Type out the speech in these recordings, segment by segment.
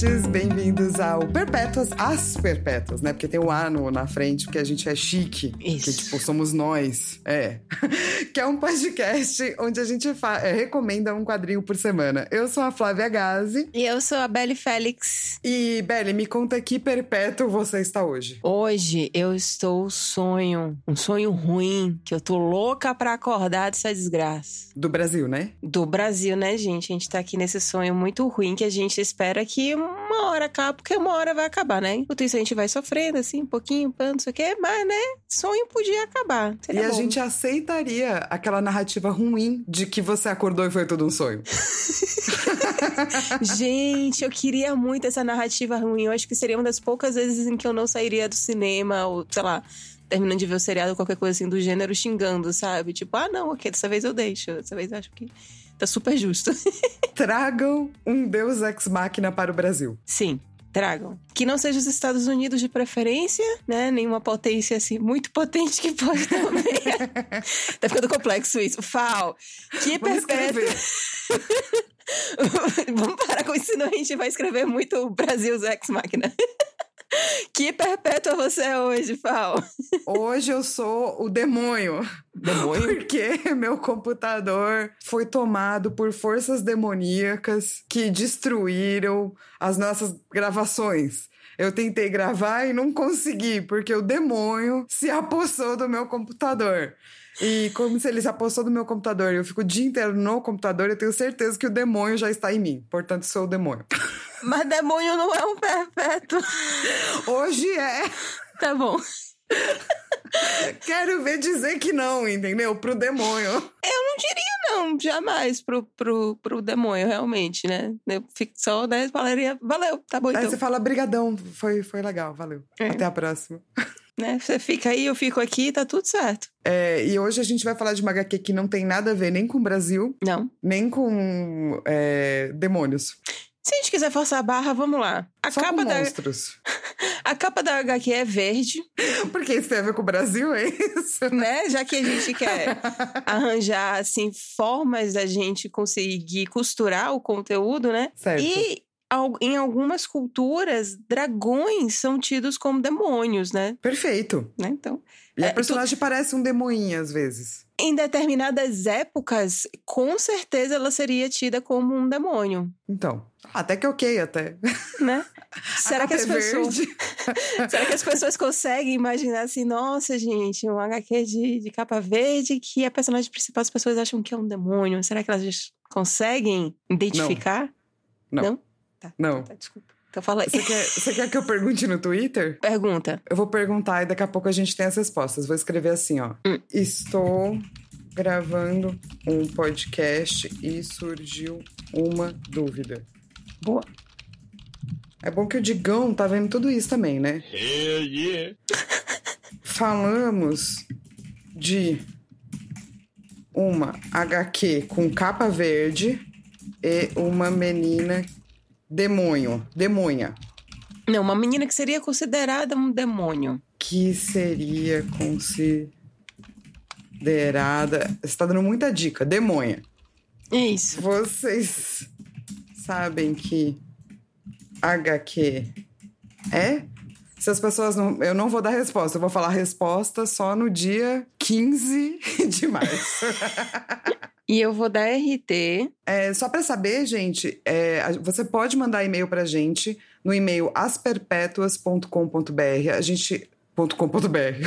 ouvintes, bem-vindos ao Perpétuas, as Perpétuas, né? Porque tem o A na frente, porque a gente é chique. Isso. Que, tipo, somos nós. Que é um podcast onde a gente recomenda um quadrinho por semana. Eu sou a Flávia Gazi. E eu sou a Belle Félix. E, Belle, me conta que perpétuo você está hoje. Hoje eu estou um sonho ruim, que eu tô louca pra acordar dessa desgraça. Do Brasil, né? Do Brasil, né, gente? A gente tá aqui nesse sonho muito ruim que a gente espera que uma hora acabe, porque uma hora vai acabar, né? Enquanto isso a gente vai sofrendo, assim, um pouquinho, não sei o quê, mas, né, sonho podia acabar. Seria bom. A gente aceitaria aquela narrativa ruim de que você acordou e foi tudo um sonho. Gente, eu queria muito essa narrativa ruim. Eu acho que seria uma das poucas vezes em que eu não sairia do cinema, ou, sei lá, terminando de ver o seriado ou qualquer coisa assim do gênero xingando, sabe? Tipo, não, ok, dessa vez eu deixo. Dessa vez eu acho que tá super justo. Tragam um Deus Ex Machina para o Brasil. Sim, tragam. Que não seja os Estados Unidos de preferência, né? Nenhuma potência assim, muito potente que pode também. Tá ficando complexo isso. Fal, que perpétuo. Vamos parar com isso, senão a gente vai escrever muito Brasil Ex Machina. Que perpétua você é hoje, Fal? Hoje eu sou o demônio. Demônio? Porque meu computador foi tomado por forças demoníacas que destruíram as nossas gravações. Eu tentei gravar e não consegui, porque o demônio se apossou do meu computador. E como se ele se apossou do meu computador, eu fico o dia inteiro no computador, eu tenho certeza que o demônio já está em mim. Portanto, sou o demônio. Mas demônio não é um perpétuo. Hoje é. Tá bom. Quero ver dizer que não, entendeu? Pro demônio. Eu não diria não, jamais pro demônio, realmente, né? Eu fico só, né, falaria, valeu, tá bom então. Aí você fala, brigadão, foi legal, valeu. Até a próxima. Né? Você fica aí, eu fico aqui, tá tudo certo. E hoje a gente vai falar de uma HQ que não tem nada a ver nem com o Brasil. Não. Nem com demônios. Se a gente quiser forçar a barra, vamos lá. Só com monstros. A capa da HQ é verde. Porque isso tem a ver com o Brasil, é isso? Né? Já que a gente quer arranjar, assim, formas da gente conseguir costurar o conteúdo, né? Certo. E em algumas culturas, dragões são tidos como demônios, né? Perfeito. Né? Então, e a personagem parece um demoinho, às vezes. Em determinadas épocas, com certeza ela seria tida como um demônio. Então, até que ok, até. Né? Será que Será que as pessoas conseguem imaginar assim, nossa, gente, um HQ de capa verde que a personagem principal as pessoas acham que é um demônio? Será que elas conseguem identificar? Não. Tá, não. Tá, desculpa. Então fala aí. Você quer que eu pergunte no Twitter? Pergunta. Eu vou perguntar e daqui a pouco a gente tem as respostas. Vou escrever assim, ó. Estou gravando um podcast e surgiu uma dúvida. Boa. É bom que o Digão tá vendo tudo isso também, né? Hell yeah! Falamos de uma HQ com capa verde e uma menina demonha. Não, uma menina que seria considerada um demônio. Que seria considerada... Você tá dando muita dica. Demonha. É isso. Vocês sabem que HQ é? Se as pessoas não... Eu não vou dar resposta. Eu vou falar resposta só no dia 15 de março. E eu vou dar RT. Só pra saber, gente, você pode mandar e-mail pra gente no e-mail asperpetuas.com.br. A gente... .com.br.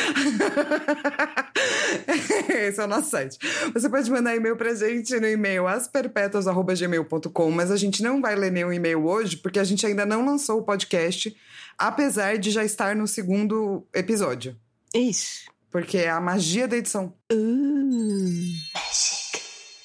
Esse é o nosso site. Você pode mandar e-mail pra gente no e-mail asperpetuas@gmail.com, mas a gente não vai ler nenhum e-mail hoje porque a gente ainda não lançou o podcast, apesar de já estar no 2º episódio. Isso. Porque é a magia da edição. Magic.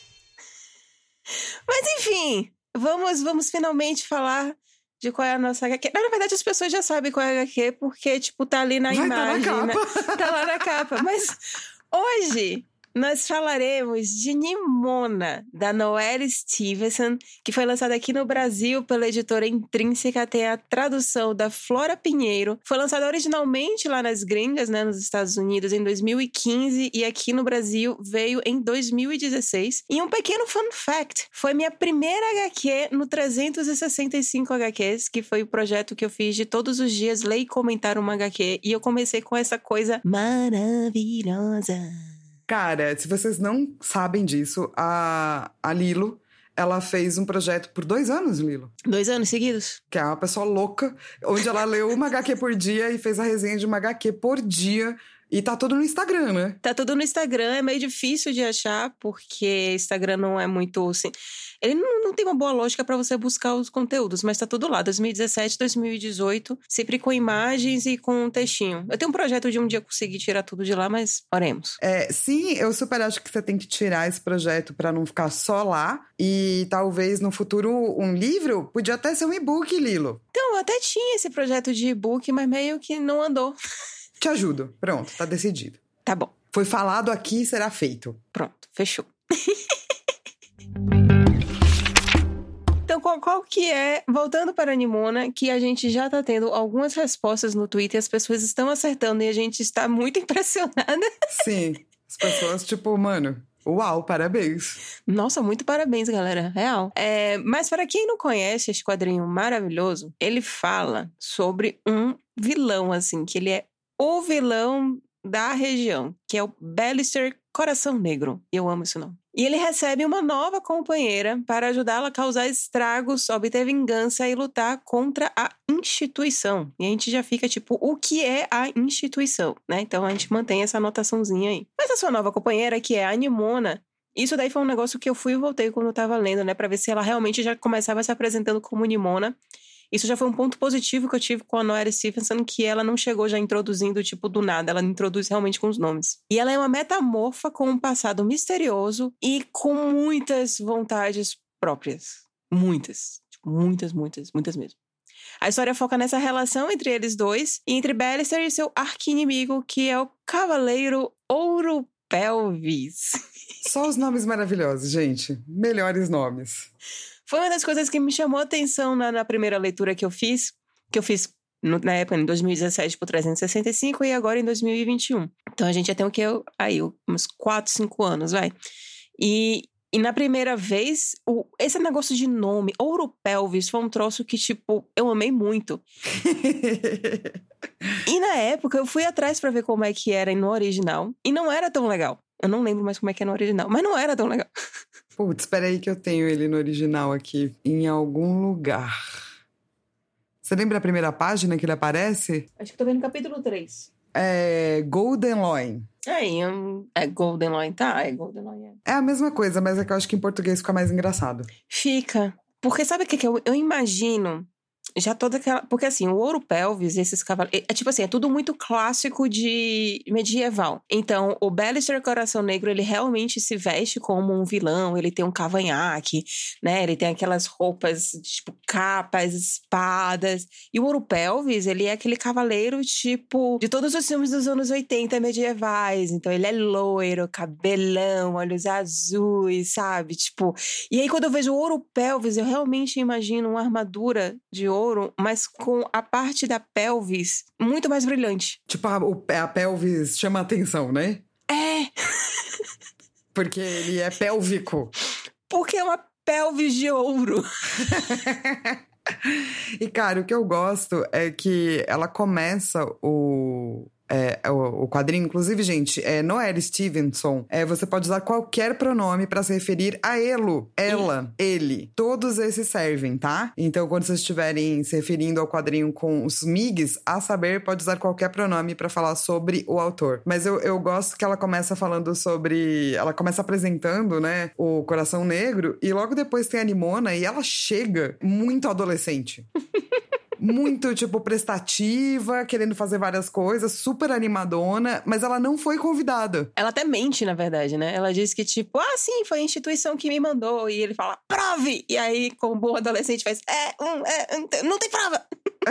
Mas enfim, vamos finalmente falar de qual é a nossa HQ. Na verdade, as pessoas já sabem qual é a HQ, porque, tipo, tá ali na imagem. Tá na capa. Né? Tá lá na capa. Mas hoje nós falaremos de Nimona, da Noelle Stevenson, que foi lançada aqui no Brasil pela editora Intrínseca, tem a tradução da Flora Pinheiro. Foi lançada originalmente lá nas gringas, né, nos Estados Unidos, em 2015, e aqui no Brasil veio em 2016. E um pequeno fun fact, foi minha primeira HQ no 365 HQs, que foi o projeto que eu fiz de todos os dias ler e comentar uma HQ, e eu comecei com essa coisa maravilhosa. Cara, se vocês não sabem disso, a Lilo, ela fez um projeto por 2 anos, Lilo. 2 anos seguidos? Que é uma pessoa louca, onde ela leu uma HQ por dia e fez a resenha de uma HQ por dia. E tá tudo no Instagram, né? Tá tudo no Instagram, é meio difícil de achar, porque Instagram não é muito, assim... Ele não tem uma boa lógica pra você buscar os conteúdos, mas tá tudo lá, 2017, 2018, sempre com imagens e com um textinho. Eu tenho um projeto de um dia conseguir tirar tudo de lá, mas oremos. Sim, eu super acho que você tem que tirar esse projeto pra não ficar só lá. E talvez no futuro um livro, podia até ser um e-book, Lilo. Então, eu até tinha esse projeto de e-book, mas meio que não andou. Te ajudo. Pronto, tá decidido. Tá bom. Foi falado aqui, será feito. Pronto, fechou. Então, qual que é, voltando para a Nimona, que a gente já tá tendo algumas respostas no Twitter, as pessoas estão acertando e a gente está muito impressionada. Sim, as pessoas tipo, mano... Uau, parabéns. Nossa, muito parabéns, galera. Real. Mas para quem não conhece esse quadrinho maravilhoso, ele fala sobre um vilão, assim, que ele é o vilão da região, que é o Ballister Coração Negro. Eu amo esse nome. E ele recebe uma nova companheira para ajudá-la a causar estragos, obter vingança e lutar contra a instituição. E a gente já fica tipo, o que é a instituição, né? Então a gente mantém essa anotaçãozinha aí. Mas a sua nova companheira, que é a Nimona, isso daí foi um negócio que eu fui e voltei quando eu tava lendo, né? Pra ver se ela realmente já começava se apresentando como Nimona. Isso já foi um ponto positivo que eu tive com a Noelle Stevenson, que ela não chegou já introduzindo, tipo, do nada. Ela introduz realmente com os nomes. E ela é uma metamorfa com um passado misterioso e com muitas vontades próprias. Muitas. Tipo, muitas mesmo. A história foca nessa relação entre eles dois e entre Ballister e seu arqui-inimigo, que é o Cavaleiro Ouro Pelvis. Só os nomes maravilhosos, gente. Melhores nomes. Foi uma das coisas que me chamou a atenção na primeira leitura que eu fiz na época, em 2017, por 365, e agora em 2021. Então a gente já tem o que? Aí, uns 4, 5 anos, vai. E na primeira vez, esse negócio de nome, Ouro Pelvis, foi um troço que, tipo, eu amei muito. E na época, eu fui atrás pra ver como é que era no original, e não era tão legal. Eu não lembro mais como é que é no original, mas não era tão legal. Putz, peraí que eu tenho ele no original aqui, em algum lugar. Você lembra a primeira página que ele aparece? Acho que tô vendo no capítulo 3. É Golden Loin. Aí, é Golden Loin, tá? É Golden Loin. É a mesma coisa, mas é que eu acho que em português fica mais engraçado. Fica. Porque sabe o que eu imagino? Já toda aquela... Porque assim, o Ouro Pelvis, esses cavaleiros... tipo assim, é tudo muito clássico de medieval. Então, o Ballister Coração Negro, ele realmente se veste como um vilão. Ele tem um cavanhaque, né? Ele tem aquelas roupas, tipo, capas, espadas. E o Ouro Pelvis, ele é aquele cavaleiro, tipo... de todos os filmes dos anos 80 medievais. Então, ele é loiro, cabelão, olhos azuis, sabe? Tipo... E aí, quando eu vejo o Ouro Pelvis, eu realmente imagino uma armadura de ouro, mas com a parte da pelvis muito mais brilhante. Tipo, a pelvis chama atenção, né? É! Porque ele é pélvico. Porque é uma pelvis de ouro. E, cara, o que eu gosto é que ela começa o quadrinho, inclusive, gente, Noelle Stevenson, você pode usar qualquer pronome pra se referir a ela, ele. Todos esses servem, tá? Então, quando vocês estiverem se referindo ao quadrinho com os migs, a saber, pode usar qualquer pronome pra falar sobre o autor. Mas eu gosto que ela começa falando sobre... Ela começa apresentando, né, o Coração Negro, e logo depois tem a Nimona, e ela chega muito adolescente. Muito, tipo, prestativa, querendo fazer várias coisas, super animadona, mas ela não foi convidada. Ela até mente, na verdade, né? Ela diz que, tipo, sim, foi a instituição que me mandou. E ele fala, prove! E aí, como bom adolescente, faz, não tem prova!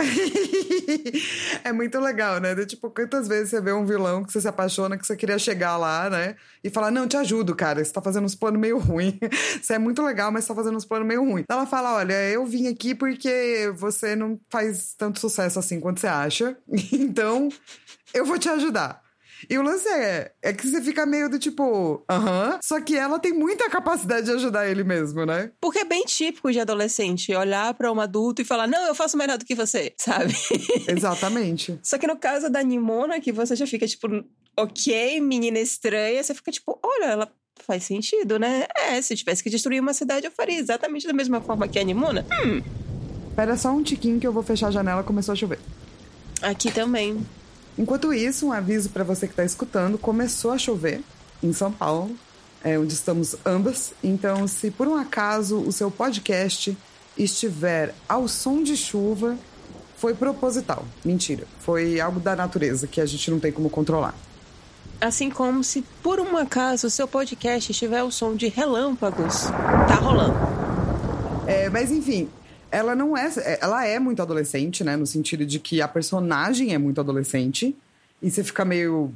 É muito legal, né? Tipo, quantas vezes você vê um vilão que você se apaixona, que você queria chegar lá, né? E falar, não, te ajudo, cara, você tá fazendo uns planos meio ruim. Você é muito legal, mas você tá fazendo uns planos meio ruim. Ela fala, olha, eu vim aqui porque você não faz tanto sucesso assim quanto você acha. Então, eu vou te ajudar. E o lance é que você fica meio do tipo, só que ela tem muita capacidade de ajudar ele mesmo, né? Porque é bem típico de adolescente olhar pra um adulto e falar, não, eu faço melhor do que você, sabe? Exatamente. Só que no caso da Nimona, que você já fica tipo, ok, menina estranha, você fica tipo, olha, ela faz sentido, né? Se tivesse que destruir uma cidade, eu faria exatamente da mesma forma que a Nimona. Espera só um tiquinho que eu vou fechar a janela, começou a chover. Aqui também. Enquanto isso, um aviso para você que está escutando, começou a chover em São Paulo, onde estamos ambas. Então, se por um acaso o seu podcast estiver ao som de chuva, foi proposital. Mentira. Foi algo da natureza que a gente não tem como controlar. Assim como se por um acaso o seu podcast estiver ao som de relâmpagos, tá rolando. Mas enfim... Ela é muito adolescente, né? No sentido de que a personagem é muito adolescente. E você fica meio...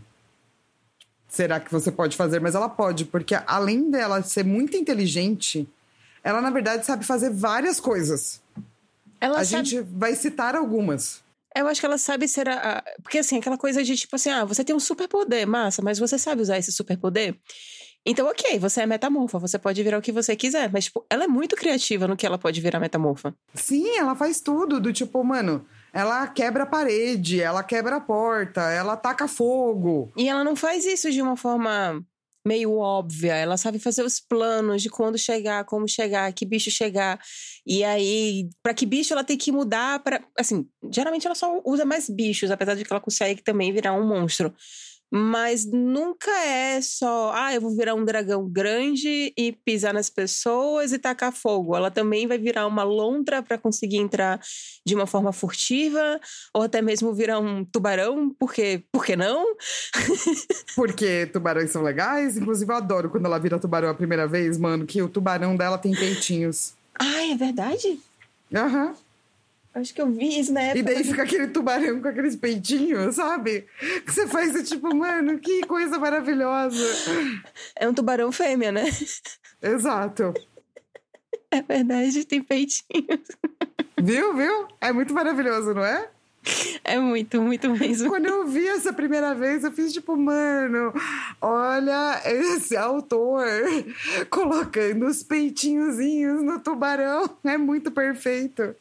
Será que você pode fazer? Mas ela pode, porque além dela ser muito inteligente, ela, na verdade, sabe fazer várias coisas. Gente vai citar algumas. Eu acho que ela sabe ser Porque, assim, aquela coisa de, tipo assim, você tem um superpoder, massa, mas você sabe usar esse superpoder? Então, ok, você é metamorfa, você pode virar o que você quiser, mas, tipo, ela é muito criativa no que ela pode virar metamorfa. Sim, ela faz tudo, do tipo, mano, ela quebra a parede, ela quebra a porta, ela taca fogo. E ela não faz isso de uma forma meio óbvia, ela sabe fazer os planos de quando chegar, como chegar, que bicho chegar. E aí, pra que bicho ela tem que mudar pra... Assim, geralmente ela só usa mais bichos, apesar de que ela consegue também virar um monstro. Mas nunca é só, eu vou virar um dragão grande e pisar nas pessoas e tacar fogo. Ela também vai virar uma lontra para conseguir entrar de uma forma furtiva, ou até mesmo virar um tubarão, por que não? Porque tubarões são legais. Inclusive, eu adoro quando ela vira tubarão a primeira vez, mano, que o tubarão dela tem peitinhos. É verdade? Aham. Acho que eu vi isso na época. E daí fica aquele tubarão com aqueles peitinhos, sabe? Que você faz tipo, mano, que coisa maravilhosa. É um tubarão fêmea, né? Exato. É verdade, tem peitinhos. Viu? É muito maravilhoso, não é? É muito, muito mesmo. Quando eu vi essa primeira vez, eu fiz tipo, mano, olha esse autor colocando os peitinhozinhos no tubarão. É muito perfeito.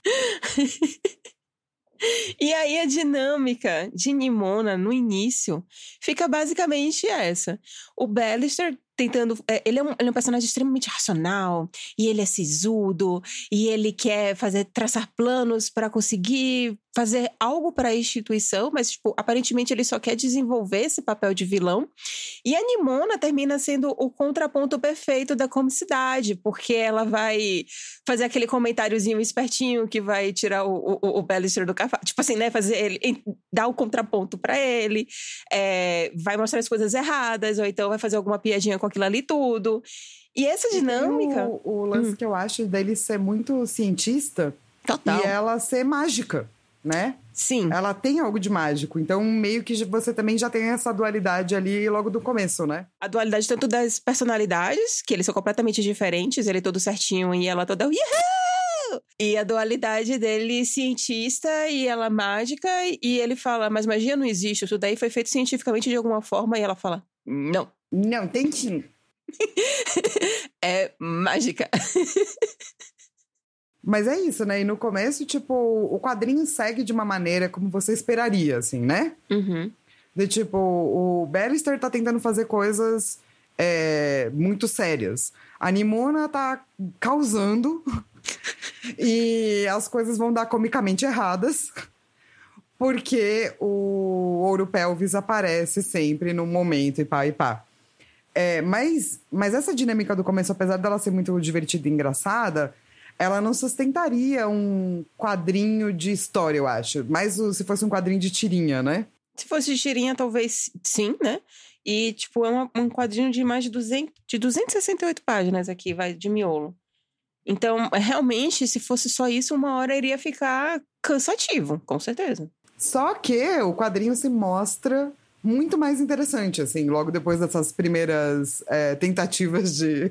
E aí a dinâmica de Nimona no início fica basicamente essa. O Ballister tentando... Ele é um personagem extremamente racional, e ele é sisudo, e ele quer traçar planos para conseguir fazer algo para a instituição, mas, tipo, aparentemente ele só quer desenvolver esse papel de vilão. E a Nimona termina sendo o contraponto perfeito da comicidade, porque ela vai fazer aquele comentáriozinho espertinho que vai tirar o Ballister do cavalo. Tipo assim, né? Fazer ele... Dar o contraponto para ele, vai mostrar as coisas erradas, ou então vai fazer alguma piadinha com aquilo ali tudo. E essa dinâmica... O lance que eu acho dele ser muito cientista. Total. E ela ser mágica, né? Sim. Ela tem algo de mágico. Então, meio que você também já tem essa dualidade ali logo do começo, né? A dualidade tanto das personalidades, que eles são completamente diferentes. Ele todo certinho e ela toda... Uhul! E a dualidade dele cientista e ela mágica. E ele fala, mas magia não existe. Isso daí foi feito cientificamente de alguma forma. E ela fala, não. Não, tem sim. É mágica. Mas é isso, né? E no começo, tipo, o quadrinho segue de uma maneira como você esperaria, assim, né? Uhum. De tipo, o Ballister tá tentando fazer coisas muito sérias. A Nimona tá causando e as coisas vão dar comicamente erradas porque o Ouro Pelvis aparece sempre no momento e pá e pá. Mas essa dinâmica do começo, apesar dela ser muito divertida e engraçada, ela não sustentaria um quadrinho de história, eu acho. Mais se fosse um quadrinho de tirinha, né? Se fosse de tirinha, talvez sim, né? E, tipo, é um quadrinho de mais de 268 páginas aqui, vai, de miolo. Então, realmente, se fosse só isso, uma hora iria ficar cansativo, com certeza. Só que o quadrinho se mostra muito mais interessante, assim, logo depois dessas primeiras tentativas de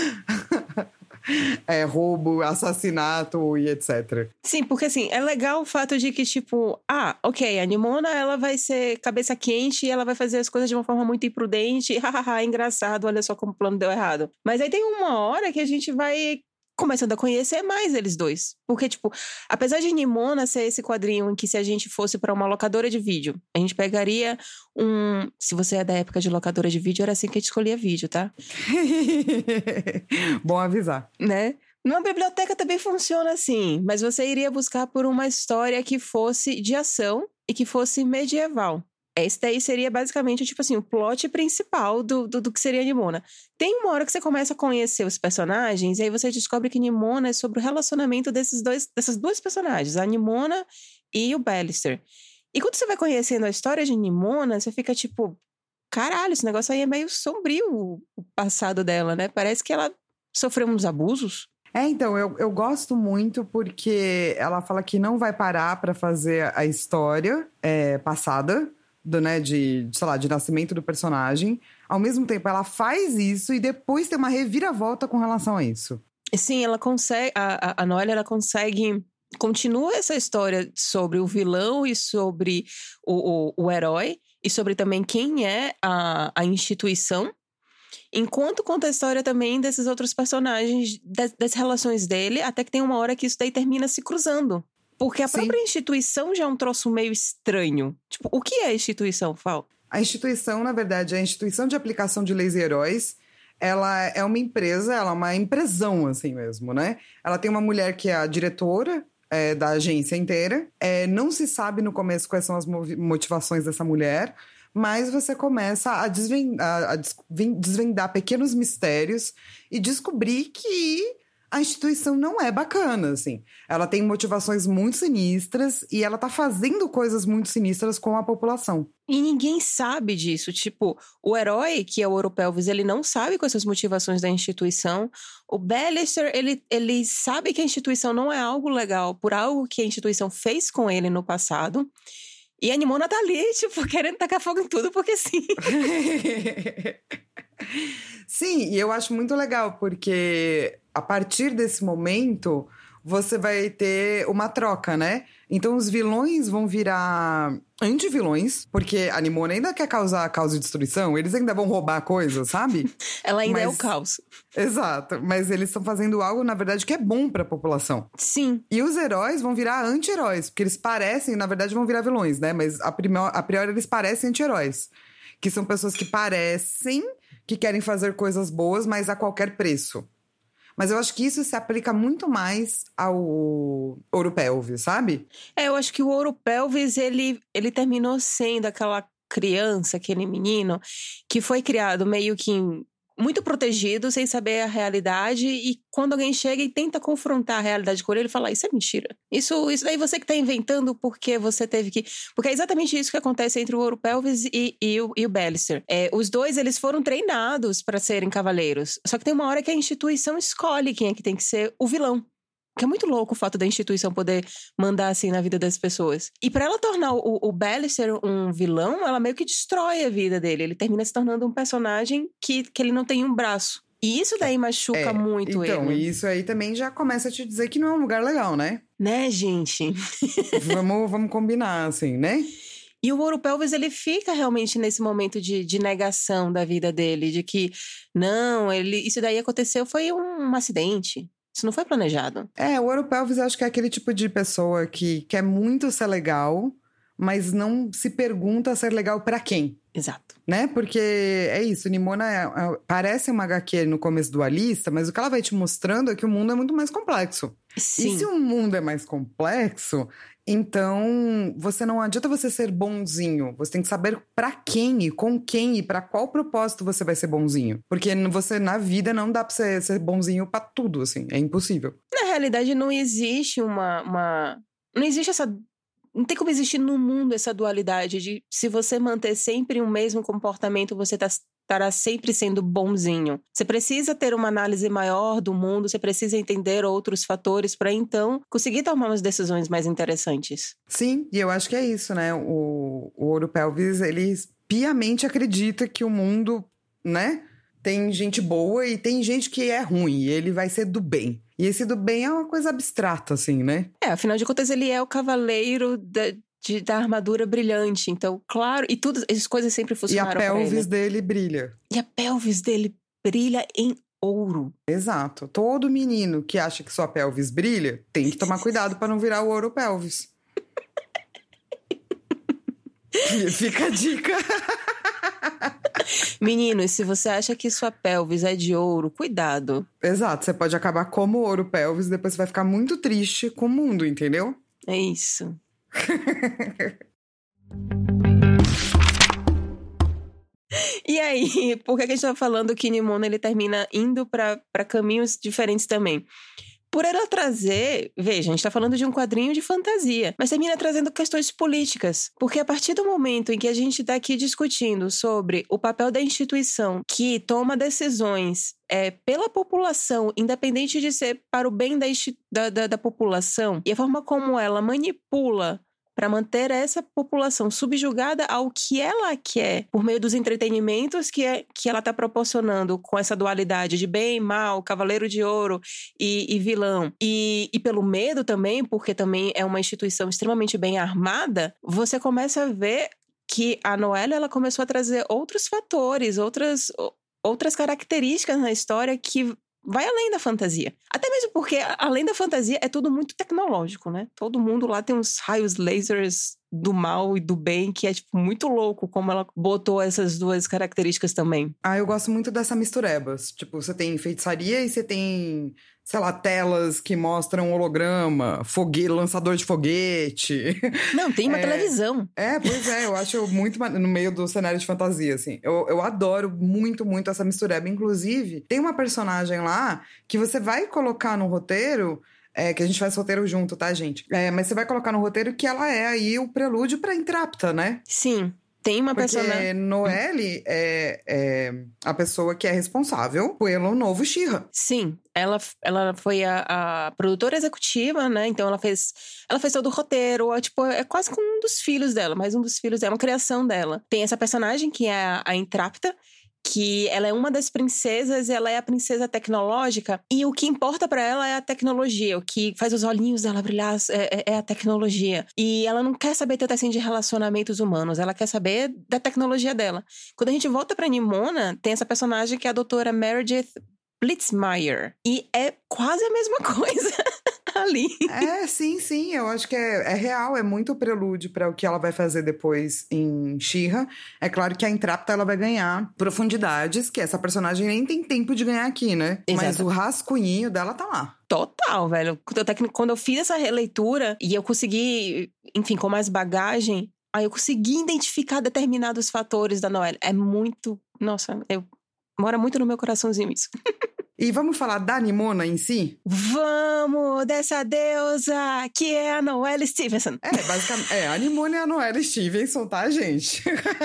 roubo, assassinato e etc. Sim, porque assim, é legal o fato de que, tipo, ok, a Nimona, ela vai ser cabeça quente e ela vai fazer as coisas de uma forma muito imprudente, hahaha, engraçado, olha só como o plano deu errado. Mas aí tem uma hora que a gente vai começando a conhecer mais eles dois. Porque, tipo, apesar de Nimona ser esse quadrinho em que se a gente fosse pra uma locadora de vídeo, a gente pegaria se você é da época de locadora de vídeo, era assim que a gente escolhia vídeo, tá? Bom avisar. Né? Numa biblioteca também funciona assim, mas você iria buscar por uma história que fosse de ação e que fosse medieval. Esse daí seria basicamente, tipo assim, o plot principal do que seria Nimona. Tem uma hora que você começa a conhecer os personagens, e aí você descobre que Nimona é sobre o relacionamessas dessas duas personagens, a Nimona e o Ballister. E quando você vai conhecendo a história de Nimona, você fica tipo, caralho, esse negócio aí é meio sombrio, o passado dela, né? Parece que ela sofreu uns abusos. Então, eu gosto muito porque ela fala que não vai parar pra fazer a história passada, sei lá, de nascimento do personagem. Ao mesmo tempo, ela faz isso e depois tem uma reviravolta com relação a isso. Sim, ela consegue, a Noelle, ela consegue, continua essa história sobre o vilão e sobre o herói, e sobre também quem é a instituição, enquanto conta a história também desses outros personagens, das relações dele, até que tem uma hora que isso daí termina se cruzando. Porque a própria instituição já é um troço meio estranho. Tipo, o que é a instituição, Fal? A instituição, na verdade, é a Instituição de Aplicação de Leis e Heróis. Ela é uma empresa, ela é uma empresão, assim mesmo, né? Ela tem uma mulher que é a diretora da agência inteira. Não se sabe no começo quais são as motivações dessa mulher, mas você começa a desvendar pequenos mistérios e descobrir que a instituição não é bacana, assim. Ela tem motivações muito sinistras e ela tá fazendo coisas muito sinistras com a população. E ninguém sabe disso. Tipo, o herói, que é o Ouro Pelvis, ele não sabe quais são as motivações da instituição. O Ballister, ele sabe que a instituição não é algo legal por algo que a instituição fez com ele no passado. E a Nimona tá ali, tipo, querendo tacar fogo em tudo, porque sim. Sim, e eu acho muito legal, porque a partir desse momento, você vai ter uma troca, né? Então, os vilões vão virar anti-vilões, porque a Nimona ainda quer causar caos e destruição, eles ainda vão roubar coisas, sabe? Ela ainda é o caos. Exato, mas eles estão fazendo algo, na verdade, que é bom pra população. Sim. E os heróis vão virar anti-heróis, porque eles parecem, na verdade, vão virar vilões, né? Mas a priori eles parecem anti-heróis. Que são pessoas que parecem que querem fazer coisas boas, mas a qualquer preço. Mas eu acho que isso se aplica muito mais ao Ouro Pelvis, sabe? Eu acho que o Ouro Pelvis, ele terminou sendo aquela criança, aquele menino, que foi criado meio que muito protegido, sem saber a realidade, e quando alguém chega e tenta confrontar a realidade com ele fala, isso é mentira. Isso daí você que tá inventando porque você teve que... Porque é exatamente isso que acontece entre o Ouro Pelvis e o Ballister. Os dois, eles foram treinados para serem cavaleiros. Só que tem uma hora que a instituição escolhe quem é que tem que ser o vilão. Que é muito louco o fato da instituição poder mandar assim na vida das pessoas. E pra ela tornar o Ballister um vilão, ela meio que destrói a vida dele. Ele termina se tornando um personagem que ele não tem um braço. E isso daí machuca muito ele. Então, isso aí também já começa a te dizer que não é um lugar legal, né? Né, gente? Vamos combinar, assim, né? E o Ouro Pelvis, ele fica realmente nesse momento de negação da vida dele. De que, não, isso daí aconteceu, foi um acidente. Isso não foi planejado. O Ouro Pelvis, eu acho que é aquele tipo de pessoa que quer muito ser legal, mas não se pergunta ser legal pra quem. Exato. Né? Porque é isso, Nimona parece uma HQ no começo dualista, mas o que ela vai te mostrando é que o mundo é muito mais complexo. Sim. E se o mundo é mais complexo, então não adianta você ser bonzinho. Você tem que saber pra quem e com quem e pra qual propósito você vai ser bonzinho. Porque você, na vida, não dá pra você ser bonzinho pra tudo, assim. É impossível. Na realidade, não existe não existe essa... Não tem como existir no mundo essa dualidade de se você manter sempre o mesmo comportamento, você tá estará sempre sendo bonzinho. Você precisa ter uma análise maior do mundo, você precisa entender outros fatores para então conseguir tomar umas decisões mais interessantes. Sim, e eu acho que é isso, né? O Ouro Pelvis, ele piamente acredita que o mundo, né, tem gente boa e tem gente que é ruim, e ele vai ser do bem. E esse do bem é uma coisa abstrata, assim, né? Afinal de contas, ele é o cavaleiro da armadura brilhante. Então, claro, e tudo, as coisas sempre funcionaram pra ele. E a pelvis dele brilha. E a pelvis dele brilha em ouro. Exato. Todo menino que acha que sua pelvis brilha tem que tomar cuidado para não virar o Ouro Pelvis. Fica a dica. Meninos, se você acha que sua pelvis é de ouro, cuidado. Exato, você pode acabar como Ouro Pelvis e depois você vai ficar muito triste com o mundo, entendeu? É isso. E aí, por que a gente tá falando que Nimona ele termina indo pra caminhos diferentes também? Por ela trazer... Veja, a gente tá falando de um quadrinho de fantasia, mas termina trazendo questões políticas. Porque a partir do momento em que a gente tá aqui discutindo sobre o papel da instituição que toma decisões pela população, independente de ser para o bem da população, e a forma como ela manipula para manter essa população subjugada ao que ela quer, por meio dos entretenimentos que ela está proporcionando com essa dualidade de bem, mal, cavaleiro de ouro e vilão. E pelo medo também, porque também é uma instituição extremamente bem armada, você começa a ver que a Noelle, ela começou a trazer outros fatores, outras características na história que vai além da fantasia. Até mesmo porque, além da fantasia, é tudo muito tecnológico, né? Todo mundo lá tem uns raios lasers do mal e do bem, que é, tipo, muito louco como ela botou essas duas características também. Eu gosto muito dessa misturebas. Tipo, você tem feitiçaria e você tem, sei lá, telas que mostram holograma, lançador de foguete. Não, tem uma televisão. Pois é, eu acho muito no meio do cenário de fantasia, assim. Eu adoro muito, muito essa mistureba. Inclusive, tem uma personagem lá que você vai colocar no roteiro... que a gente faz roteiro junto, tá, gente? Mas você vai colocar no roteiro que ela é aí o prelúdio pra Entrapta, né? Sim, tem uma personagem... Porque Noelle é a pessoa que é responsável pelo novo She-Ra. Sim, ela foi a produtora executiva, né? Então ela fez todo o roteiro, tipo, é quase como um dos filhos dela, mais um dos filhos dela, uma criação dela. Tem essa personagem que é a Entrapta, que ela é uma das princesas, ela é a princesa tecnológica, e o que importa pra ela é a tecnologia, o que faz os olhinhos dela brilhar é a tecnologia. E ela não quer saber tanto assim de relacionamentos humanos, ela quer saber da tecnologia dela. Quando a gente volta pra Nimona, tem essa personagem que é a doutora Meredith Blitzmeyer, e é quase a mesma coisa ali. Sim, eu acho que é real, é muito prelúdio para o que ela vai fazer depois em She-Ra. É claro que a Entrapta, ela vai ganhar profundidades, que essa personagem nem tem tempo de ganhar aqui, né? Exato. Mas o rascunhinho dela tá lá. Total, velho. Quando eu fiz essa releitura e eu consegui, enfim, com mais bagagem, aí eu consegui identificar determinados fatores da Noelle. É muito... Nossa, mora muito no meu coraçãozinho isso. E vamos falar da Nimona em si? Vamos! Dessa deusa que é a Noelle Stevenson. Basicamente, a Nimona é a Noelle Stevenson, tá, gente?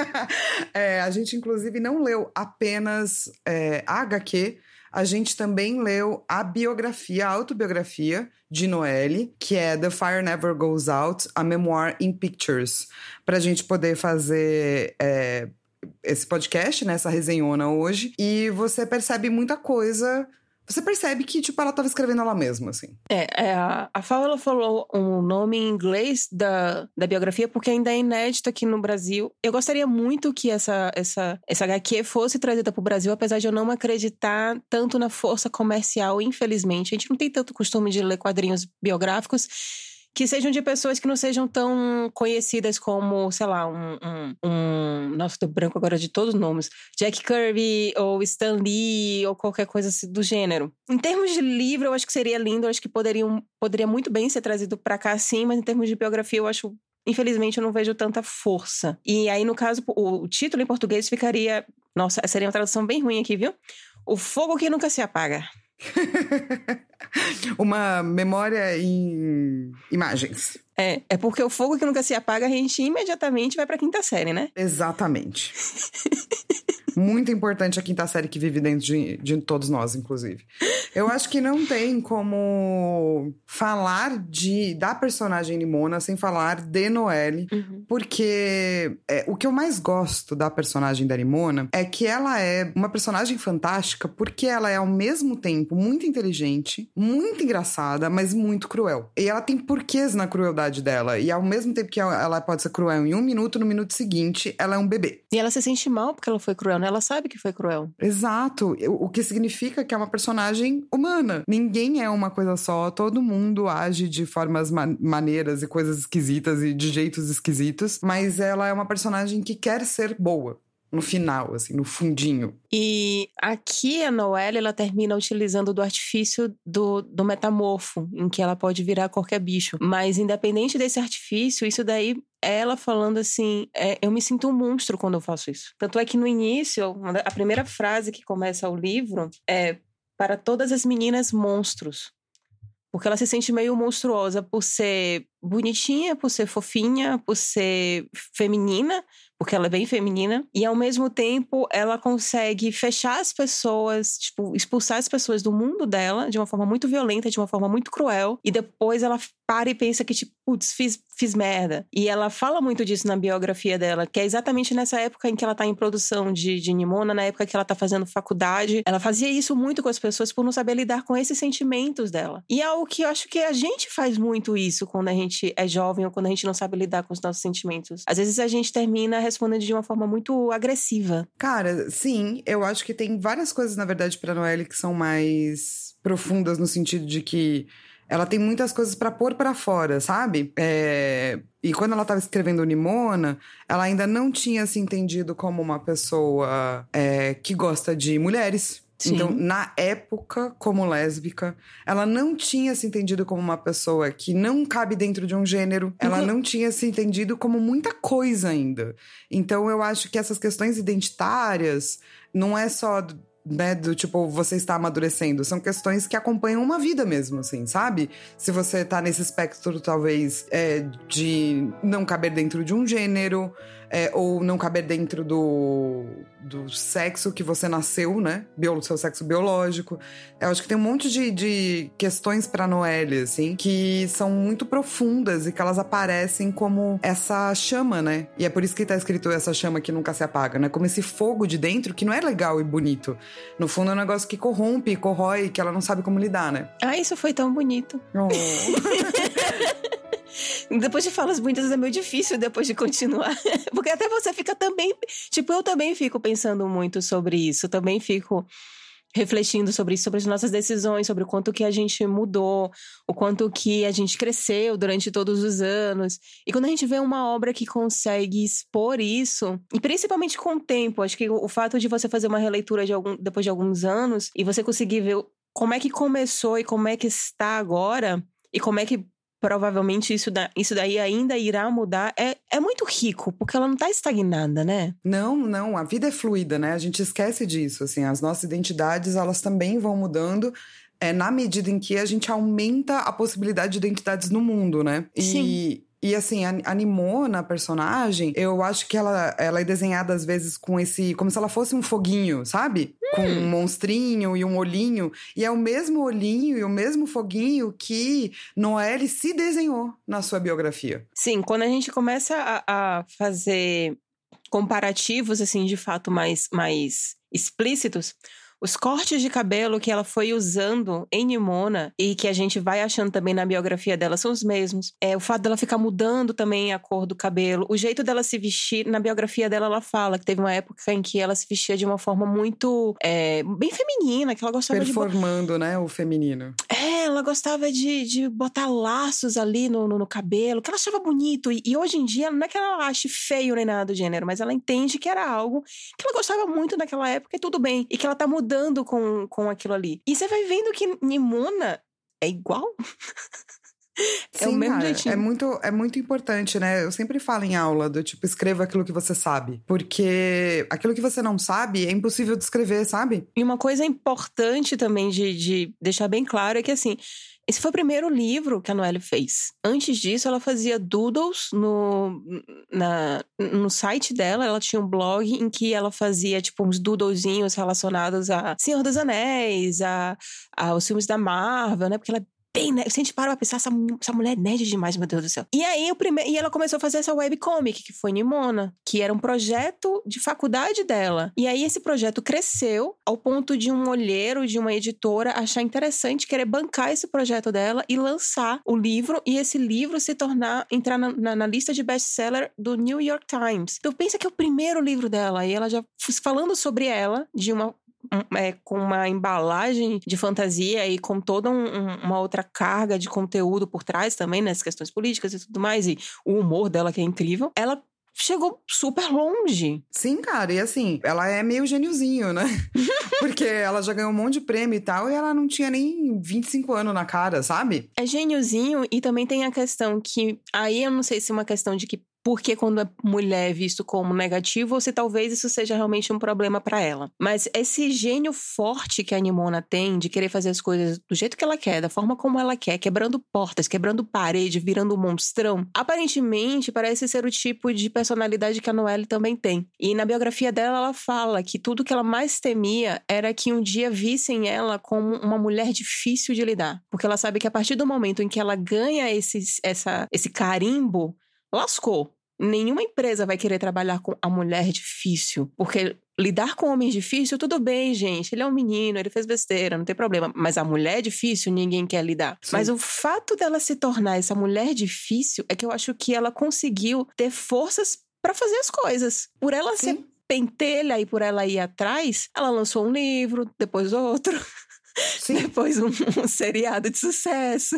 A gente, inclusive, não leu apenas a HQ, a gente também leu a autobiografia de Noelle, que é The Fire Never Goes Out, a Memoir in Pictures, pra gente poder fazer... esse podcast, né, essa resenhona hoje, e você percebe muita coisa. Você percebe que, tipo, ela tava escrevendo ela mesma, assim. A Fala falou o nome em inglês da biografia, porque ainda é inédito aqui no Brasil. Eu gostaria muito que essa HQ fosse trazida pro Brasil, apesar de eu não acreditar tanto na força comercial, infelizmente. A gente não tem tanto costume de ler quadrinhos biográficos que sejam de pessoas que não sejam tão conhecidas como, sei lá, nossa, tô branco agora de todos os nomes. Jack Kirby, ou Stan Lee, ou qualquer coisa assim do gênero. Em termos de livro, eu acho que seria lindo, eu acho que poderia muito bem ser trazido pra cá, sim, mas em termos de biografia, eu acho... Infelizmente, eu não vejo tanta força. E aí, no caso, o título em português ficaria... Nossa, seria uma tradução bem ruim aqui, viu? O Fogo que Nunca Se Apaga. Uma memória em imagens. É porque o fogo que nunca se apaga, a gente imediatamente vai pra 5ª série, né? Exatamente. Muito importante a quinta série que vive dentro de todos nós, inclusive. Eu acho que não tem como falar da personagem Nimona sem falar de Noelle, porque o que eu mais gosto da personagem da Nimona é que ela é uma personagem fantástica porque ela é ao mesmo tempo muito inteligente, muito engraçada, mas muito cruel. E ela tem porquês na crueldade dela. E ao mesmo tempo que ela pode ser cruel em 1 minuto, no minuto seguinte, ela é um bebê. E ela se sente mal porque ela foi cruel, né? Ela sabe que foi cruel. Exato. O que significa que é uma personagem humana. Ninguém é uma coisa só. Todo mundo age de formas maneiras e coisas esquisitas e de jeitos esquisitos. Mas ela é uma personagem que quer ser boa. No final, assim, no fundinho. E aqui a Noelle, ela termina utilizando do artifício do metamorfo, em que ela pode virar qualquer bicho. Mas independente desse artifício, isso daí é ela falando assim, eu me sinto um monstro quando eu faço isso. Tanto é que no início, a primeira frase que começa o livro é para todas as meninas monstros. Porque ela se sente meio monstruosa por ser bonitinha, por ser fofinha, por ser feminina, porque ela é bem feminina. E ao mesmo tempo, ela consegue fechar as pessoas, tipo, expulsar as pessoas do mundo dela de uma forma muito violenta, de uma forma muito cruel. E depois ela para e pensa que, tipo, putz, fiz merda. E ela fala muito disso na biografia dela, que é exatamente nessa época em que ela tá em produção de Nimona, na época que ela tá fazendo faculdade. Ela fazia isso muito com as pessoas por não saber lidar com esses sentimentos dela. E é algo que eu acho que a gente faz muito isso quando a gente é jovem ou quando a gente não sabe lidar com os nossos sentimentos. Às vezes a gente termina respondendo de uma forma muito agressiva. Cara, sim, eu acho que tem várias coisas, na verdade, pra Noelle que são mais profundas no sentido de que ela tem muitas coisas pra pôr pra fora, sabe? E quando ela tava escrevendo Nimona, ela ainda não tinha se entendido como uma pessoa que gosta de mulheres. Sim. Então, na época, como lésbica, ela não tinha se entendido como uma pessoa que não cabe dentro de um gênero. Ela não tinha se entendido como muita coisa ainda. Então, eu acho que essas questões identitárias não é só né, do tipo, você está amadurecendo. São questões que acompanham uma vida mesmo, assim, sabe? Se você tá nesse espectro, talvez, de não caber dentro de um gênero, ou não caber dentro do sexo que você nasceu, né? Seu sexo biológico. Eu acho que tem um monte de questões pra Noelle, assim, que são muito profundas e que elas aparecem como essa chama, né? E é por isso que tá escrito essa chama que nunca se apaga, né? Como esse fogo de dentro que não é legal e bonito. No fundo é um negócio que corrompe, corrói, que ela não sabe como lidar, né? Ah, isso foi tão bonito. Oh. Depois de falas bonitas é meio difícil depois de continuar. Porque até você fica também... Tipo, eu também fico pensando muito sobre isso. Também fico refletindo sobre isso, sobre as nossas decisões, sobre o quanto que a gente mudou, o quanto que a gente cresceu durante todos os anos. E quando a gente vê uma obra que consegue expor isso, e principalmente com o tempo, acho que o fato de você fazer uma releitura depois de alguns anos, e você conseguir ver como é que começou e como é que está agora, e como é que provavelmente isso daí ainda irá mudar, é muito rico, porque ela não tá estagnada, né? Não, a vida é fluida, né? A gente esquece disso, assim, as nossas identidades, elas também vão mudando, na medida em que a gente aumenta a possibilidade de identidades no mundo, né? Sim. E assim, a Nimona, a personagem, eu acho que ela é desenhada às vezes com como se ela fosse um foguinho, sabe? Com um monstrinho e um olhinho. E é o mesmo olhinho e o mesmo foguinho que Noelle se desenhou na sua biografia. Sim, quando a gente começa a fazer comparativos, assim, de fato mais explícitos, os cortes de cabelo que ela foi usando em Nimona e que a gente vai achando também na biografia dela são os mesmos. O fato dela ficar mudando também a cor do cabelo. O jeito dela se vestir, na biografia dela ela fala que teve uma época em que ela se vestia de uma forma muito bem feminina, que ela gostava performando, né, o feminino. Ela gostava de botar laços ali no cabelo, que ela achava bonito. E hoje em dia, não é que ela ache feio nem nada do gênero, mas ela entende que era algo que ela gostava muito naquela época e tudo bem. E que ela tá mudando com aquilo ali. E você vai vendo que Nimona é igual. É o mesmo jeitinho. É muito importante, né? Eu sempre falo em aula do tipo, escreva aquilo que você sabe. Porque aquilo que você não sabe é impossível de escrever, sabe? E uma coisa importante também de deixar bem claro é que, assim, esse foi o primeiro livro que a Noelle fez. Antes disso, ela fazia doodles no site dela. Ela tinha um blog em que ela fazia, tipo, uns doodlezinhos relacionados a Senhor dos Anéis, aos filmes da Marvel, né? Porque ela bem, né? Se a gente para pra pensar, essa mulher é nerd demais, meu Deus do céu. E aí, e ela começou a fazer essa webcomic, que foi Nimona, que era um projeto de faculdade dela. E aí, esse projeto cresceu ao ponto de um olheiro, de uma editora, achar interessante querer bancar esse projeto dela e lançar o livro, e esse livro entrar na lista de best-seller do New York Times. Então, pensa que é o primeiro livro dela, e ela já falando sobre ela, com uma embalagem de fantasia e com toda uma outra carga de conteúdo por trás também, nas questões políticas e tudo mais, e o humor dela que é incrível, ela chegou super longe. Sim, cara, e assim, ela é meio gêniozinho, né? Porque ela já ganhou um monte de prêmio e tal, e ela não tinha nem 25 anos na cara, sabe? É gêniozinho, e também tem a questão que, aí eu não sei se é uma questão de que porque quando a mulher é visto como negativo, ou se talvez isso seja realmente um problema pra ela. Mas esse gênio forte que a Nimona tem de querer fazer as coisas do jeito que ela quer, da forma como ela quer, quebrando portas, quebrando parede, virando um monstrão, aparentemente parece ser o tipo de personalidade que a Noelle também tem. E na biografia dela, ela fala que tudo que ela mais temia era que um dia vissem ela como uma mulher difícil de lidar. Porque ela sabe que a partir do momento em que ela ganha esse carimbo, lascou. Nenhuma empresa vai querer trabalhar com a mulher difícil. Porque lidar com homens difícil, tudo bem, gente. Ele é um menino, ele fez besteira, não tem problema. Mas a mulher difícil, ninguém quer lidar. Sim. Mas o fato dela se tornar essa mulher difícil é que eu acho que ela conseguiu ter forças pra fazer as coisas. Por ela ser pentelha e por ela ir atrás, ela lançou um livro, depois outro. Sim. Depois um seriado de sucesso.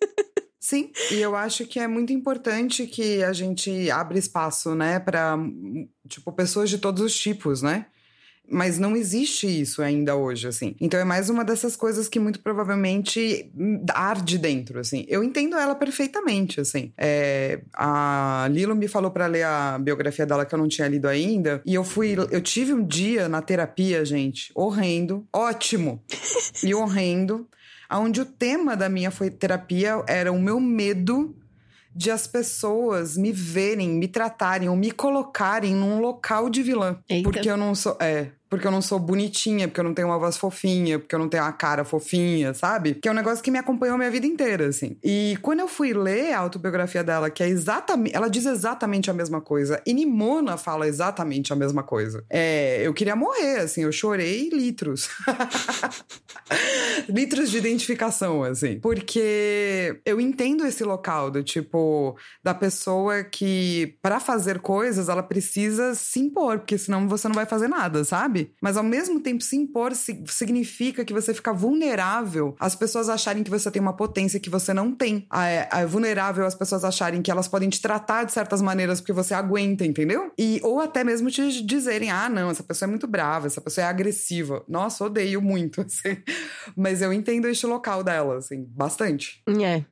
Sim, e eu acho que é muito importante que a gente abra espaço, né, para, tipo, pessoas de todos os tipos, né? Mas não existe isso ainda hoje, assim. Então é mais uma dessas coisas que muito provavelmente arde dentro, assim. Eu entendo ela perfeitamente, assim. A Lilo me falou pra ler a biografia dela que eu não tinha lido ainda. E eu tive um dia na terapia, gente, horrendo, ótimo e horrendo, onde o tema da minha terapia era o meu medo de as pessoas me verem, me tratarem ou me colocarem num local de vilã. Eita. Porque eu não sou bonitinha, porque eu não tenho uma voz fofinha, porque eu não tenho uma cara fofinha, sabe? Que é um negócio que me acompanhou a minha vida inteira, assim. E quando eu fui ler a autobiografia dela, que é exatamente... Ela diz exatamente a mesma coisa. E Nimona fala exatamente a mesma coisa. Eu queria morrer, assim. Eu chorei litros. Litros de identificação, assim. Porque eu entendo esse local do tipo... da pessoa que, pra fazer coisas, ela precisa se impor, porque senão você não vai fazer nada, sabe? Mas ao mesmo tempo, se impor significa que você fica vulnerável às pessoas acharem que você tem uma potência que você não tem. É vulnerável às pessoas acharem que elas podem te tratar de certas maneiras porque você aguenta, entendeu? Ou até mesmo te dizerem, não, essa pessoa é muito brava, essa pessoa é agressiva. Nossa, odeio muito, assim. Mas eu entendo este local dela, assim, bastante.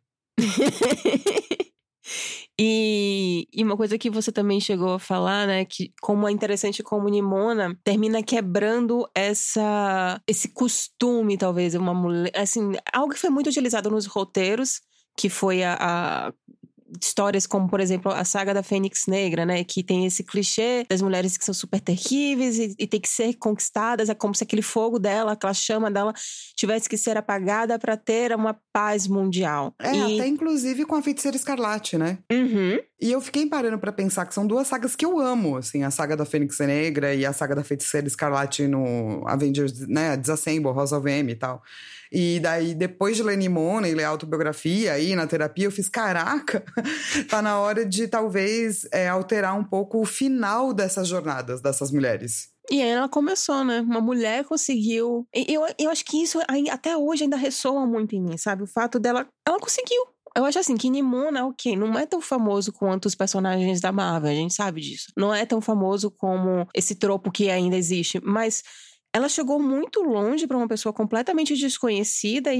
E uma coisa que você também chegou a falar, né, que como é interessante como Nimona termina quebrando esse costume, talvez, uma mulher, assim, algo que foi muito utilizado nos roteiros, que foi a histórias como, por exemplo, a saga da Fênix Negra, né? Que tem esse clichê das mulheres que são super terríveis e tem que ser conquistadas. É como se aquele fogo dela, aquela chama dela tivesse que ser apagada para ter uma paz mundial. Até inclusive com a Feiticeira Escarlate, né? Uhum. E eu fiquei parando pra pensar que são duas sagas que eu amo, assim, a saga da Fênix Negra e a saga da Feiticeira Escarlate no Avengers, né? Disassemble, House of M e tal. E daí, depois de ler Nimona e ler a autobiografia aí na terapia, eu fiz, caraca, tá na hora de talvez alterar um pouco o final dessas jornadas dessas mulheres. E aí ela começou, né? Uma mulher conseguiu... Eu acho que isso até hoje ainda ressoa muito em mim, sabe? O fato dela... Ela conseguiu. Eu acho assim, que Nimona, ok, não é tão famoso quanto os personagens da Marvel, a gente sabe disso. Não é tão famoso como esse tropo que ainda existe, mas... Ela chegou muito longe para uma pessoa completamente desconhecida e já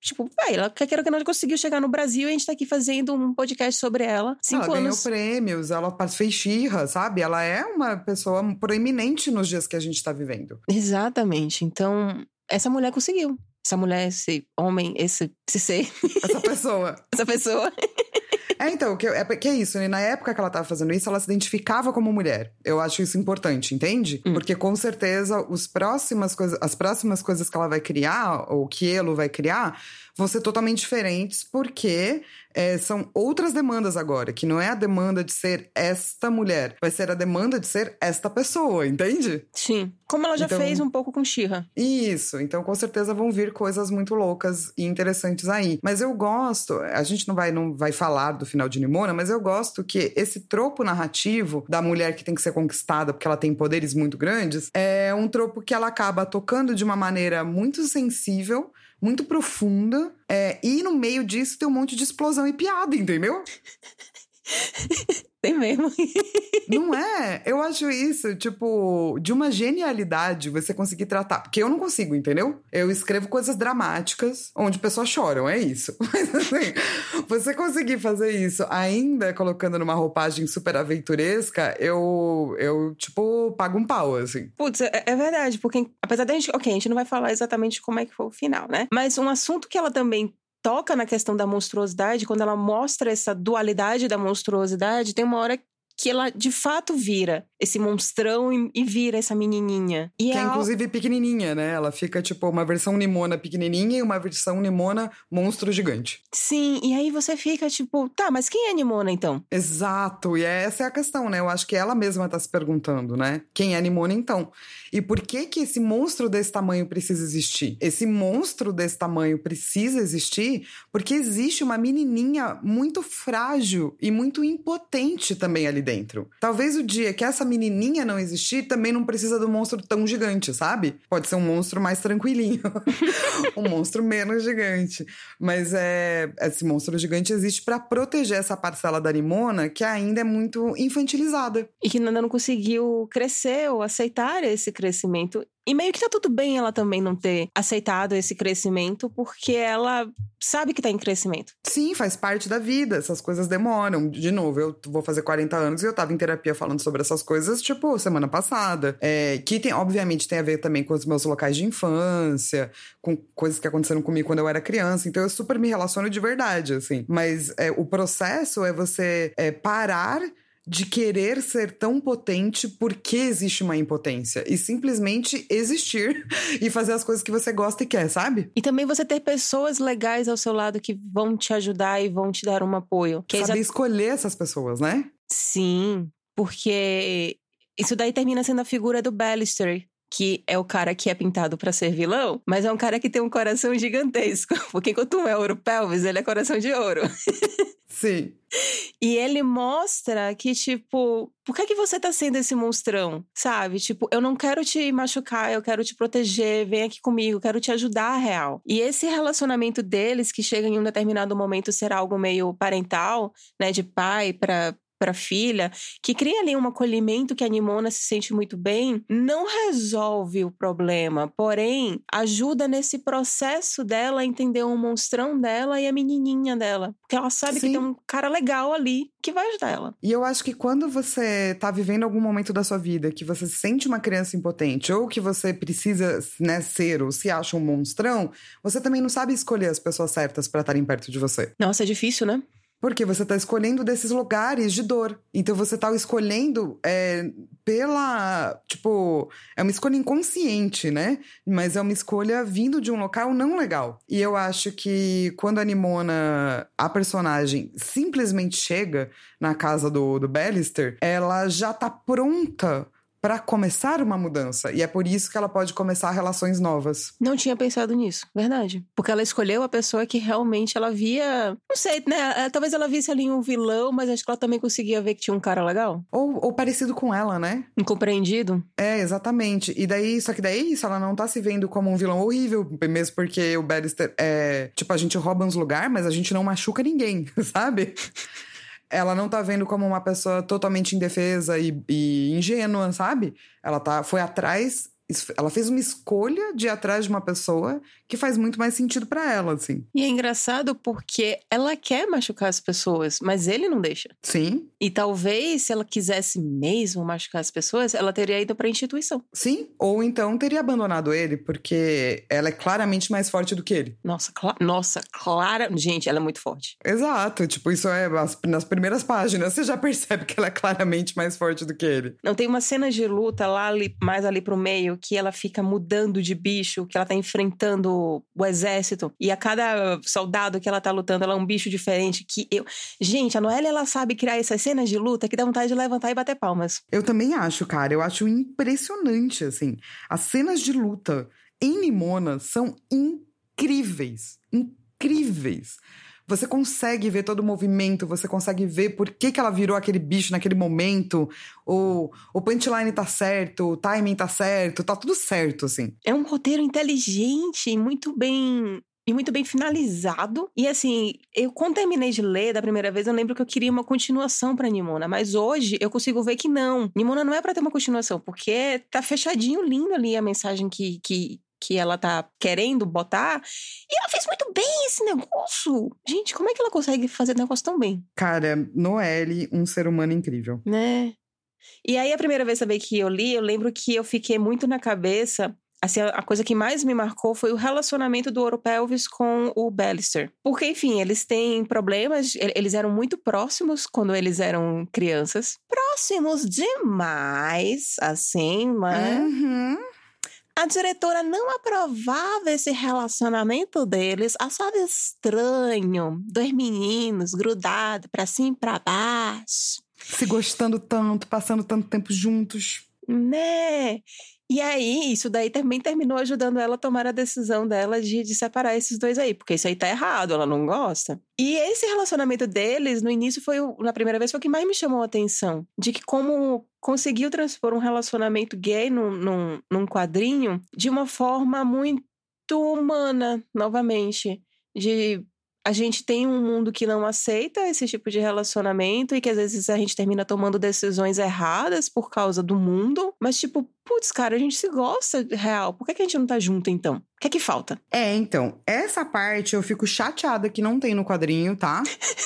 Tipo, ela quer que não conseguiu chegar no Brasil e a gente tá aqui fazendo um podcast sobre ela. 5 ela anos. Ganhou prêmios, ela fez She-Ra, sabe? Ela é uma pessoa proeminente nos dias que a gente tá vivendo. Exatamente. Então, essa mulher conseguiu. Essa mulher, esse homem, esse ser. Essa pessoa. Essa pessoa. Então, que é isso, né? Na época que ela tava fazendo isso, ela se identificava como mulher. Eu acho isso importante, entende? Porque com certeza as próximas coisas que ela vai criar, ou que Elo vai criar, vão ser totalmente diferentes, porque são outras demandas agora, que não é a demanda de ser esta mulher, vai ser a demanda de ser esta pessoa, entende? Sim. Como ela já fez um pouco com She-Ra. Isso, então com certeza vão vir coisas muito loucas e interessantes aí. Mas eu gosto, a gente não vai falar do final de Nimona, mas eu gosto que esse tropo narrativo da mulher que tem que ser conquistada porque ela tem poderes muito grandes, é um tropo que ela acaba tocando de uma maneira muito sensível, muito profunda, e no meio disso tem um monte de explosão e piada, entendeu? Tem mesmo. Não é? Eu acho isso, tipo, de uma genialidade você conseguir tratar. Porque eu não consigo, entendeu? Eu escrevo coisas dramáticas, onde pessoas choram, é isso. Mas assim, você conseguir fazer isso ainda colocando numa roupagem super aventuresca, eu tipo, pago um pau, assim. Putz, é verdade, porque apesar da gente... Ok, a gente não vai falar exatamente como é que foi o final, né? Mas um assunto que ela também toca na questão da monstruosidade, quando ela mostra essa dualidade da monstruosidade, tem uma hora que ela de fato vira esse monstrão e vira essa menininha. E que é inclusive pequenininha, né? Ela fica tipo uma versão Nimona pequenininha e uma versão Nimona monstro gigante. Sim, e aí você fica tipo, tá, mas quem é Nimona então? Exato, e essa é a questão, né? Eu acho que ela mesma tá se perguntando, né? Quem é Nimona então? E por que esse monstro desse tamanho precisa existir? Esse monstro desse tamanho precisa existir porque existe uma menininha muito frágil e muito impotente também ali dentro. Talvez o dia que essa menininha não existir, também não precisa do monstro tão gigante, sabe? Pode ser um monstro mais tranquilinho. Um monstro menos gigante. Mas esse monstro gigante existe pra proteger essa parcela da Nimona que ainda é muito infantilizada. E que ainda não conseguiu crescer ou aceitar esse crescimento. E meio que tá tudo bem ela também não ter aceitado esse crescimento, porque ela sabe que tá em crescimento. Sim, faz parte da vida, essas coisas demoram. De novo, eu vou fazer 40 anos e eu tava em terapia falando sobre essas coisas, tipo, semana passada. Que obviamente tem a ver também com os meus locais de infância, com coisas que aconteceram comigo quando eu era criança, então eu super me relaciono de verdade, assim. Mas o processo é você parar de querer ser tão potente porque existe uma impotência. E simplesmente existir e fazer as coisas que você gosta e quer, sabe? E também você ter pessoas legais ao seu lado que vão te ajudar e vão te dar um apoio. Saber escolher essas pessoas, né? Sim, porque isso daí termina sendo a figura do Ballister, que é o cara que é pintado pra ser vilão, mas é um cara que tem um coração gigantesco. Porque enquanto um é ouro pelvis, ele é coração de ouro. Sim. E ele mostra que, tipo, por que você tá sendo esse monstrão, sabe? Tipo, eu não quero te machucar, eu quero te proteger, vem aqui comigo, eu quero te ajudar, real. E esse relacionamento deles, que chega em um determinado momento ser algo meio parental, né, de pai pra filha, que cria ali um acolhimento que a Nimona se sente muito bem, não resolve o problema, porém ajuda nesse processo dela a entender o monstrão dela e a menininha dela, porque ela sabe Sim. que tem um cara legal ali que vai ajudar ela. E eu acho que quando você tá vivendo algum momento da sua vida que você se sente uma criança impotente ou que você precisa, né, ser ou se acha um monstrão, você também não sabe escolher as pessoas certas pra estarem perto de você. Nossa, é difícil, né? Porque você tá escolhendo desses lugares de dor. Então você tá escolhendo tipo, é uma escolha inconsciente, né? Mas é uma escolha vindo de um local não legal. E eu acho que quando a Nimona, a personagem, simplesmente chega na casa do Ballister, ela já tá pronta para começar uma mudança. E é por isso que ela pode começar relações novas. Não tinha pensado nisso, verdade. Porque ela escolheu a pessoa que realmente ela via... Não sei, né? Talvez ela visse ali um vilão, mas acho que ela também conseguia ver que tinha um cara legal. Ou parecido com ela, né? Incompreendido. Exatamente. E daí, só que daí é isso, ela não tá se vendo como um vilão horrível, mesmo porque o Ballister tipo, a gente rouba uns lugares, mas a gente não machuca ninguém, sabe? Ela não tá vendo como uma pessoa totalmente indefesa e ingênua, sabe? Ela foi atrás ela fez uma escolha de ir atrás de uma pessoa que faz muito mais sentido pra ela, assim. E é engraçado porque ela quer machucar as pessoas, mas ele não deixa. Sim. E talvez, se ela quisesse mesmo machucar as pessoas, ela teria ido pra instituição. Sim, ou então teria abandonado ele, porque ela é claramente mais forte do que ele. Nossa, clara. Gente, ela é muito forte. Exato, tipo, isso é nas primeiras páginas, você já percebe que ela é claramente mais forte do que ele. Não, tem uma cena de luta lá, mais ali pro meio, que ela fica mudando de bicho, que ela tá enfrentando o exército, e a cada soldado que ela tá lutando, ela é um bicho diferente, Gente, a Noelle, ela sabe criar essas cenas de luta que dá vontade de levantar e bater palmas. Eu também acho, cara, eu acho impressionante, assim. As cenas de luta em Nimona são incríveis, incríveis. Você consegue ver todo o movimento, você consegue ver por que ela virou aquele bicho naquele momento, o punchline tá certo, o timing tá certo, tá tudo certo, assim. É um roteiro inteligente e muito bem finalizado. E assim, eu quando terminei de ler da primeira vez, eu lembro que eu queria uma continuação pra Nimona, mas hoje eu consigo ver que não. Nimona não é pra ter uma continuação, porque tá fechadinho, lindo ali a mensagem que ela tá querendo botar. E ela fez muito bem esse negócio. Gente, como é que ela consegue fazer negócio tão bem? Cara, Noelle, um ser humano incrível. Né? E aí, a primeira vez também que eu li, eu lembro que eu fiquei muito na cabeça. Assim, a coisa que mais me marcou foi o relacionamento do Ouro Pelvis com o Ballister. Porque, enfim, eles têm problemas, eles eram muito próximos quando eles eram crianças. Próximos demais, assim, né? Uhum. A diretora não aprovava esse relacionamento deles, achava estranho. Dois meninos grudados pra cima e pra baixo. Se gostando tanto, passando tanto tempo juntos. Né? E aí, isso daí também terminou ajudando ela a tomar a decisão dela de separar esses dois aí, porque isso aí tá errado, ela não gosta. E esse relacionamento deles, no início, na primeira vez, foi o que mais me chamou a atenção. De que como conseguiu transpor um relacionamento gay num quadrinho de uma forma muito humana, novamente. A gente tem um mundo que não aceita esse tipo de relacionamento e que às vezes a gente termina tomando decisões erradas por causa do mundo. Mas tipo, putz, cara, a gente se gosta real. Por que a gente não tá junto, então? O que é que falta? Então, essa parte eu fico chateada que não tem no quadrinho, tá?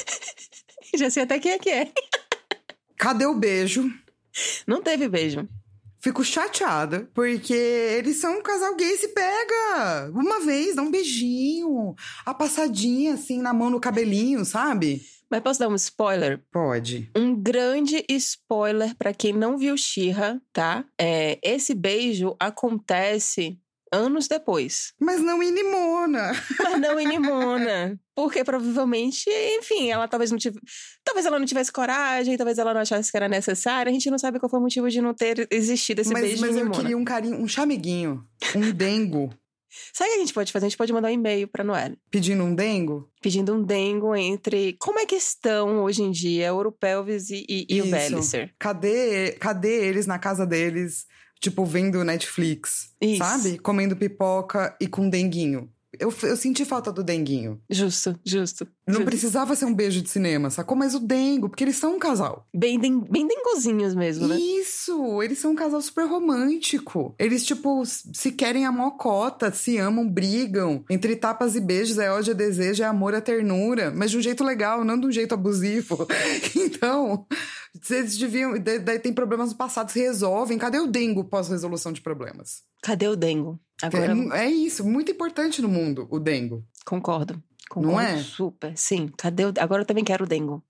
Já sei até quem é que é. Cadê o beijo? Não teve beijo. Fico chateada, porque eles são um casal gay, se pega! Uma vez, dá um beijinho, a passadinha assim na mão no cabelinho, sabe? Mas posso dar um spoiler? Pode. Um grande spoiler pra quem não viu She-Ra, tá? Esse beijo acontece anos depois. Mas não em Nimona. Mas não em Nimona. Porque provavelmente, enfim, talvez ela não tivesse coragem, talvez ela não achasse que era necessário. A gente não sabe qual foi o motivo de não ter existido esse beijo em Nimona. Mas eu queria um carinho, um chameguinho, um dengo. Sabe o que a gente pode fazer? A gente pode mandar um e-mail pra Noelle. Pedindo um dengo? Pedindo um dengo entre... Como é que estão hoje em dia o Ouro Pelvis e o Ballister? Cadê eles na casa deles, tipo, vendo Netflix, sabe? Comendo pipoca e com denguinho. Eu senti falta do denguinho. Justo. Não precisava ser um beijo de cinema, sacou? Mas o dengo, porque eles são um casal. Bem dengozinhos mesmo, né? Isso! Eles são um casal super romântico. Eles, tipo, se querem a mocota, se amam, brigam. Entre tapas e beijos é ódio, é desejo, é amor, é ternura. Mas de um jeito legal, não de um jeito abusivo. Então, eles deviam... Daí tem problemas no passado, se resolvem. Cadê o dengo pós-resolução de problemas? Cadê o dengo? Agora... É isso, muito importante no mundo, o dengo. Concordo Não é? Super, sim. Agora eu também quero o dengo.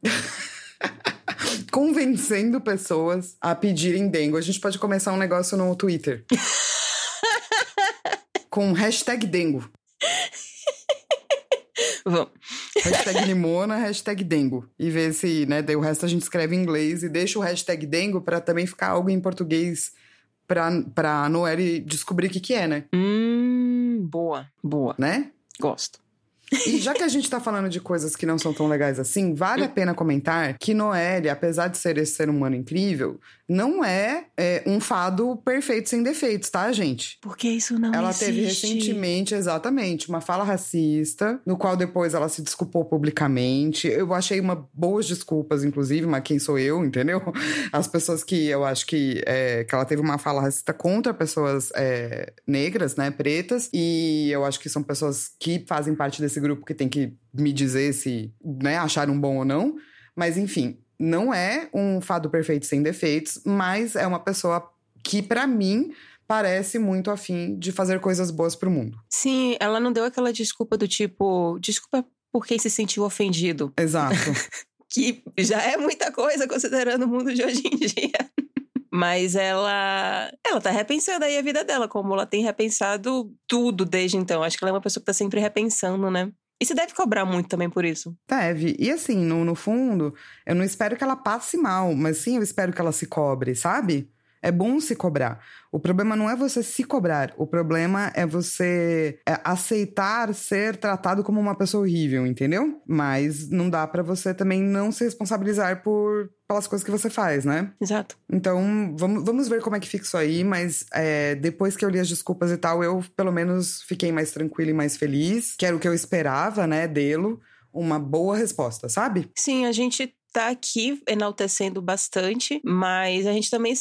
Convencendo pessoas a pedirem dengo. A gente pode começar um negócio no Twitter. Com hashtag dengo. Vamos. Hashtag Nimona, hashtag dengo. E ver se, né, daí o resto a gente escreve em inglês e deixa o hashtag dengo pra também ficar algo em português pra Noelle descobrir o que é, né? Boa. Né? Gosto. E já que a gente tá falando de coisas que não são tão legais assim, vale a pena comentar que Noelle, apesar de ser esse ser humano incrível, não é um fado perfeito sem defeitos, tá, gente? Porque isso não Ela existe. teve recentemente, exatamente, uma fala racista, no qual depois ela se desculpou publicamente. Eu achei boas desculpas, inclusive, mas quem sou eu, entendeu? As pessoas que eu acho que ela teve uma fala racista contra pessoas negras, né, pretas, e eu acho que são pessoas que fazem parte desse grupo que tem que me dizer se, né, acharam bom ou não. Mas, enfim, não é um fado perfeito sem defeitos, mas é uma pessoa que, pra mim, parece muito afim de fazer coisas boas pro mundo. Sim, ela não deu aquela desculpa do tipo, desculpa por quem se sentiu ofendido. Exato. Que já é muita coisa considerando o mundo de hoje em dia. Mas ela tá repensando aí a vida dela, como ela tem repensado tudo desde então. Acho que ela é uma pessoa que tá sempre repensando, né? E você deve cobrar muito também por isso. Deve. E assim, no fundo, eu não espero que ela passe mal, mas sim eu espero que ela se cobre, sabe? É bom se cobrar. O problema não é você se cobrar. O problema é você aceitar ser tratado como uma pessoa horrível, entendeu? Mas não dá pra você também não se responsabilizar pelas coisas que você faz, né? Exato. Então, vamos ver como é que fica isso aí. Mas depois que eu li as desculpas e tal, eu pelo menos fiquei mais tranquila e mais feliz. Que era o que eu esperava, né, dele. Uma boa resposta, sabe? Sim, a gente tá aqui enaltecendo bastante, mas a gente também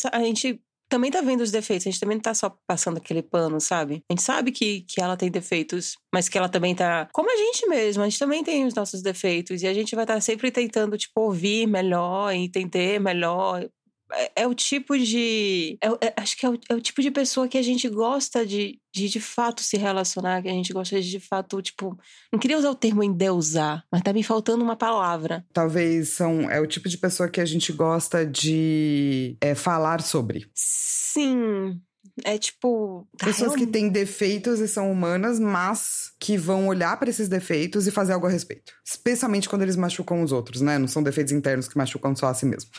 tá vendo os defeitos, a gente também não tá só passando aquele pano, sabe? A gente sabe que ela tem defeitos, mas que ela também tá... Como a gente mesmo, a gente também tem os nossos defeitos, e a gente vai estar sempre tentando, tipo, ouvir melhor, entender melhor. É o tipo de... acho que é o tipo de pessoa que a gente gosta de fato se relacionar, que a gente gosta de fato, tipo... Não queria usar o termo endeusar, mas tá me faltando uma palavra. Talvez é o tipo de pessoa que a gente gosta de falar sobre. Sim... É tipo... Pessoas que têm defeitos e são humanas, mas que vão olhar pra esses defeitos e fazer algo a respeito. Especialmente quando eles machucam os outros, né? Não são defeitos internos que machucam só a si mesmo.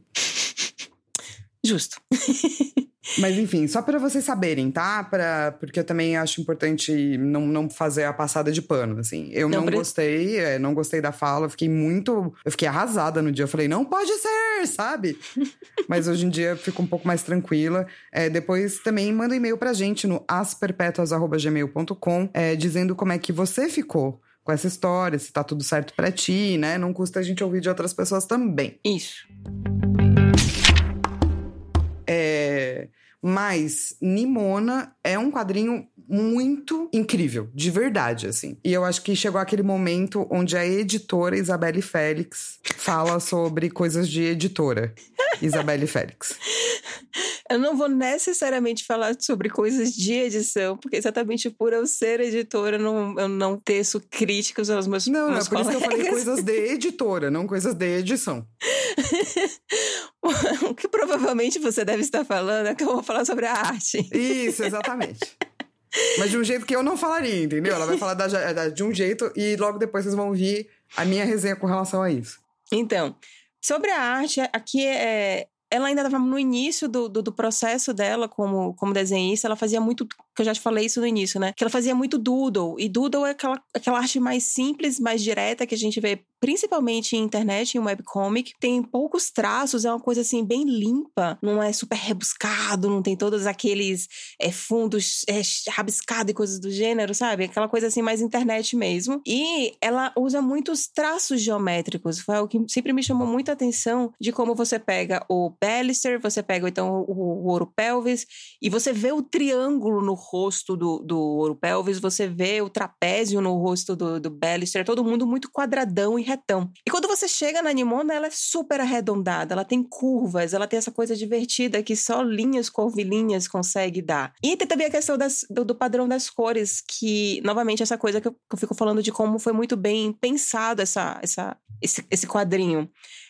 Justo. Mas enfim, só pra vocês saberem, tá? Porque eu também acho importante não fazer a passada de pano, assim. Eu não gostei da fala, eu fiquei arrasada no dia. Eu falei, não pode ser, sabe? Mas hoje em dia eu fico um pouco mais tranquila. Depois também manda um e-mail pra gente no asperpetuas@gmail.com, dizendo como é que você ficou com essa história, se tá tudo certo pra ti, né? Não custa a gente ouvir de outras pessoas também. Isso. Mas Nimona é um quadrinho muito incrível, de verdade, assim. E eu acho que chegou aquele momento onde a editora Isabelle Félix fala sobre coisas de editora. Isabelle Félix. Eu não vou necessariamente falar sobre coisas de edição, porque exatamente por eu ser editora, eu não teço críticas aos meus Não, meus por colegas. isso que eu falei coisas de editora, não coisas de edição. O que provavelmente você deve estar falando é que eu vou falar sobre a arte. Isso, exatamente. Mas de um jeito que eu não falaria, entendeu? Ela vai falar de um jeito e logo depois vocês vão ouvir a minha resenha com relação a isso. Então, sobre a arte, aqui ela ainda estava no início do processo dela como desenhista. Ela fazia muito, que eu já te falei isso no início, né? Que ela fazia muito doodle. E doodle é aquela arte mais simples, mais direta, que a gente vê principalmente em internet, em webcomic. Tem poucos traços, é uma coisa assim bem limpa. Não é super rebuscado, não tem todos aqueles fundos rabiscados e coisas do gênero, sabe? Aquela coisa assim mais internet mesmo. E ela usa muitos traços geométricos. Foi o que sempre me chamou muita atenção de como você pega o Ballister, você pega então o Ouro-Pelvis e você vê o triângulo no rosto do Ouro-Pelvis, você vê o trapézio no rosto do Ballister, todo mundo muito quadradão e retão. E quando você chega na Nimona, ela é super arredondada, ela tem curvas, ela tem essa coisa divertida que só linhas curvilíneas consegue dar. E tem também a questão do padrão das cores, que, novamente, essa coisa que eu fico falando de como foi muito bem pensado esse quadrinho.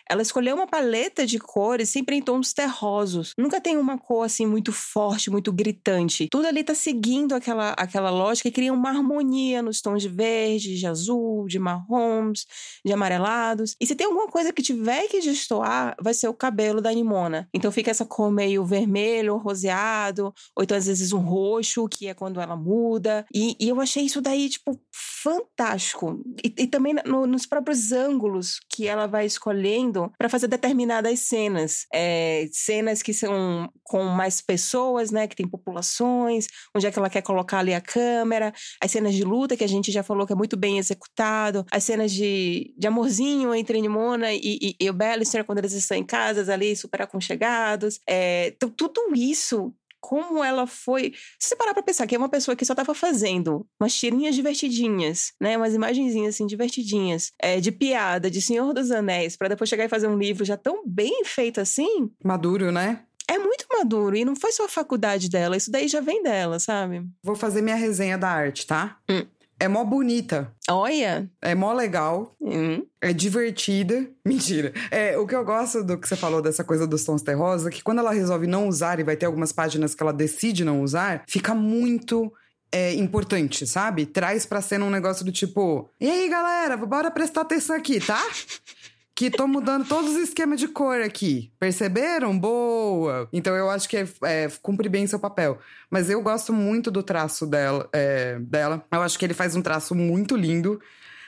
ela escolheu uma paleta de cores sempre em tons terrosos. Nunca tem uma cor assim muito forte, muito gritante. Tudo ali tá seguindo aquela lógica e cria uma harmonia nos tons de verde, de azul, de marrons, de amarelados. E se tem alguma coisa que tiver que destoar, vai ser o cabelo da Nimona. Então fica essa cor meio vermelho, roseado, ou então às vezes um roxo, que é quando ela muda. E eu achei isso daí, tipo, fantástico. E também nos próprios ângulos que ela vai escolhendo para fazer determinadas cenas. Cenas que são com mais pessoas, né? Que tem populações, onde é que ela quer colocar ali a câmera. As cenas de luta, que a gente já falou que é muito bem executado. As cenas de amorzinho entre Nimona e o Ballister, quando eles estão em casas ali, super aconchegados. Então, tudo isso... Como ela foi... Se você parar pra pensar que é uma pessoa que só tava fazendo umas tirinhas divertidinhas, né? Umas imagenzinhas, assim, divertidinhas. De piada, de Senhor dos Anéis, pra depois chegar e fazer um livro já tão bem feito assim... Maduro, né? É muito maduro. E não foi só a faculdade dela. Isso daí já vem dela, sabe? Vou fazer minha resenha da arte, tá? É mó bonita. Olha! É mó legal. É divertida. Mentira. O que eu gosto do que você falou dessa coisa dos tons terrosos é que quando ela resolve não usar, e vai ter algumas páginas que ela decide não usar, fica muito importante, sabe? Traz pra cena um negócio do tipo... E aí, galera, bora prestar atenção aqui, tá? Que tô mudando todos os esquemas de cor aqui. Perceberam? Boa! Então eu acho que cumpre bem seu papel. Mas eu gosto muito do traço dela. Eu acho que ele faz um traço muito lindo.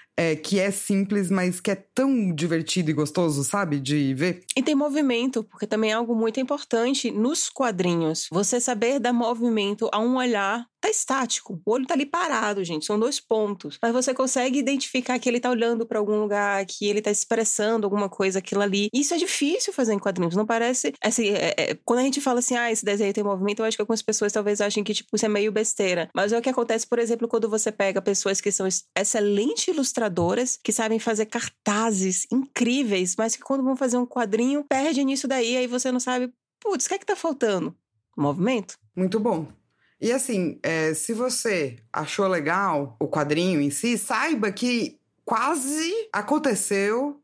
Que é simples, mas que é tão divertido e gostoso, sabe? De ver. E tem movimento, porque também é algo muito importante nos quadrinhos. Você saber dar movimento a um olhar tá estático. O olho tá ali parado, gente. São 2 pontos. Mas você consegue identificar que ele tá olhando pra algum lugar, que ele tá expressando alguma coisa, aquilo ali. Isso é difícil fazer em quadrinhos. Não parece... Assim, quando a gente fala assim, esse desenho tem movimento, eu acho que algumas pessoas talvez achem que, tipo, isso é meio besteira. Mas é o que acontece, por exemplo, quando você pega pessoas que são excelentes ilustradoras, que sabem fazer cartazes incríveis, mas que quando vão fazer um quadrinho, perde nisso daí, aí você não sabe, putz, o que é que tá faltando? Movimento? Muito bom. E assim, se você achou legal o quadrinho em si, saiba que quase aconteceu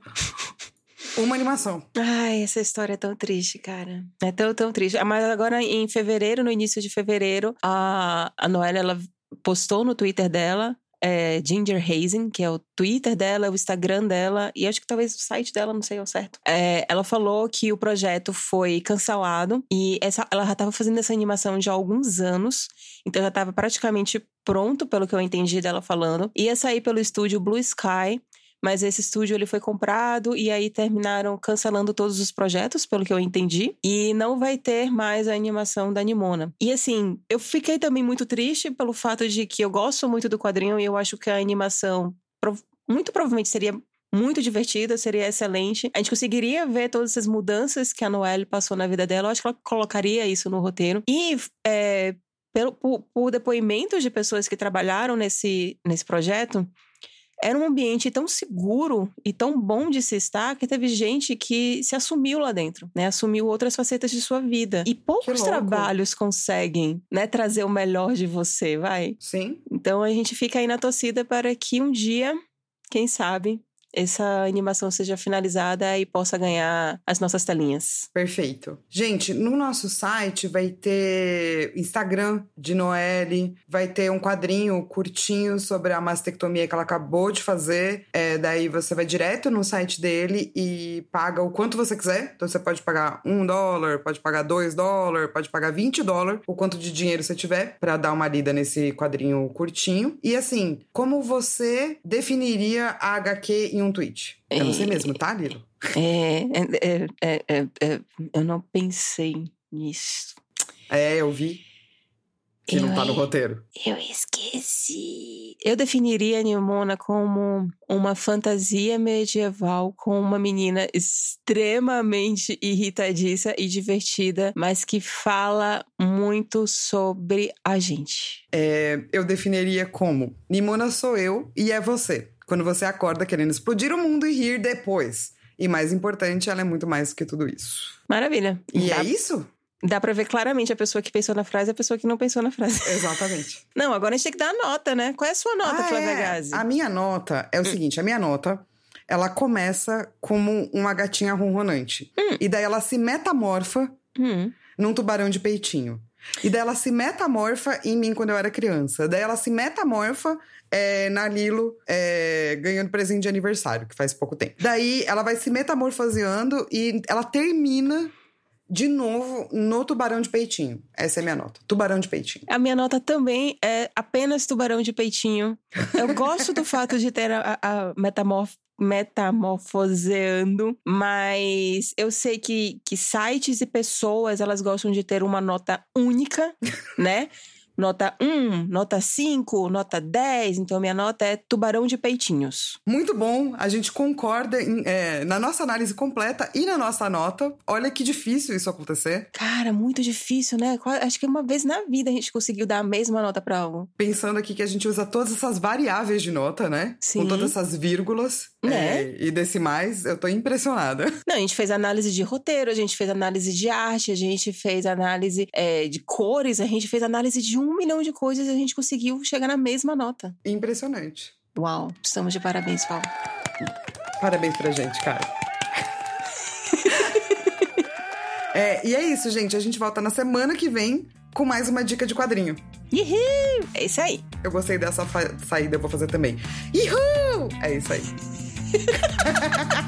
uma animação. Ai, essa história é tão triste, cara. É tão, tão triste. Mas agora, em fevereiro, no início de fevereiro, a Noelle, ela postou no Twitter dela, Ginger Hazen, que é o Twitter dela, o Instagram dela, e acho que talvez o site dela, não sei ao certo. Ela falou que o projeto foi cancelado e ela já estava fazendo essa animação já há alguns anos, então já estava praticamente pronto, pelo que eu entendi dela falando. Ia sair pelo estúdio Blue Sky, mas esse estúdio ele foi comprado e aí terminaram cancelando todos os projetos, pelo que eu entendi. E não vai ter mais a animação da Nimona. E assim, eu fiquei também muito triste pelo fato de que eu gosto muito do quadrinho e eu acho que a animação muito provavelmente seria muito divertida, seria excelente. A gente conseguiria ver todas essas mudanças que a Noelle passou na vida dela. Eu acho que ela colocaria isso no roteiro. E por depoimentos de pessoas que trabalharam nesse projeto, era um ambiente tão seguro e tão bom de se estar que teve gente que se assumiu lá dentro, né? Assumiu outras facetas de sua vida. E poucos trabalhos conseguem, né, trazer o melhor de você, vai? Sim. Então a gente fica aí na torcida para que um dia, quem sabe, essa animação seja finalizada e possa ganhar as nossas telinhas. Perfeito. Gente, no nosso site vai ter Instagram de Noelle, vai ter um quadrinho curtinho sobre a mastectomia que ela acabou de fazer. Daí você vai direto no site dele e paga o quanto você quiser. Então você pode pagar $1, pode pagar $2, pode pagar $20, o quanto de dinheiro você tiver, pra dar uma lida nesse quadrinho curtinho. E assim, como você definiria a HQ em um tweet? É você mesmo, tá, Lilo? Eu não pensei nisso. Eu vi. Que não tá no roteiro. Eu esqueci. Eu definiria a Nimona como uma fantasia medieval com uma menina extremamente irritadiça e divertida, mas que fala muito sobre a gente. Eu definiria como: Nimona sou eu e é você. Quando você acorda querendo explodir o mundo e rir depois. E mais importante, ela é muito mais do que tudo isso. Maravilha. E é isso? Dá pra ver claramente a pessoa que pensou na frase e a pessoa que não pensou na frase. Exatamente. Não, agora a gente tem que dar a nota, né? Qual é a sua nota, Flávia Gazi? A minha nota é o seguinte, a minha nota ela começa como uma gatinha ronronante. E daí ela se metamorfa num tubarão de peitinho. E daí ela se metamorfa em mim quando eu era criança. Daí ela se metamorfa na Lilo, ganhando presente de aniversário, que faz pouco tempo. Daí ela vai se metamorfoseando e ela termina de novo no tubarão de peitinho. Essa é a minha nota. Tubarão de peitinho. A minha nota também é apenas tubarão de peitinho. Eu gosto do fato de ter a metamorfoseando, mas eu sei que sites e pessoas, elas gostam de ter uma nota única, né? Nota 1, nota 5, nota 10. Então, minha nota é tubarão de peitinhos. Muito bom. A gente concorda na nossa análise completa e na nossa nota. Olha que difícil isso acontecer. Cara, muito difícil, né? Acho que uma vez na vida a gente conseguiu dar a mesma nota pra algo. Pensando aqui que a gente usa todas essas variáveis de nota, né? Sim. Com todas essas vírgulas e decimais. Eu tô impressionada. Não, a gente fez análise de roteiro, a gente fez análise de arte, a gente fez análise de cores, a gente fez análise de 1 milhão de coisas e a gente conseguiu chegar na mesma nota. Impressionante. Uau, estamos de parabéns, Paulo. Parabéns pra gente, cara. E é isso, gente. A gente volta na semana que vem com mais uma dica de quadrinho. Uhul! É isso aí. Eu gostei dessa saída, eu vou fazer também. Uhul! É isso aí.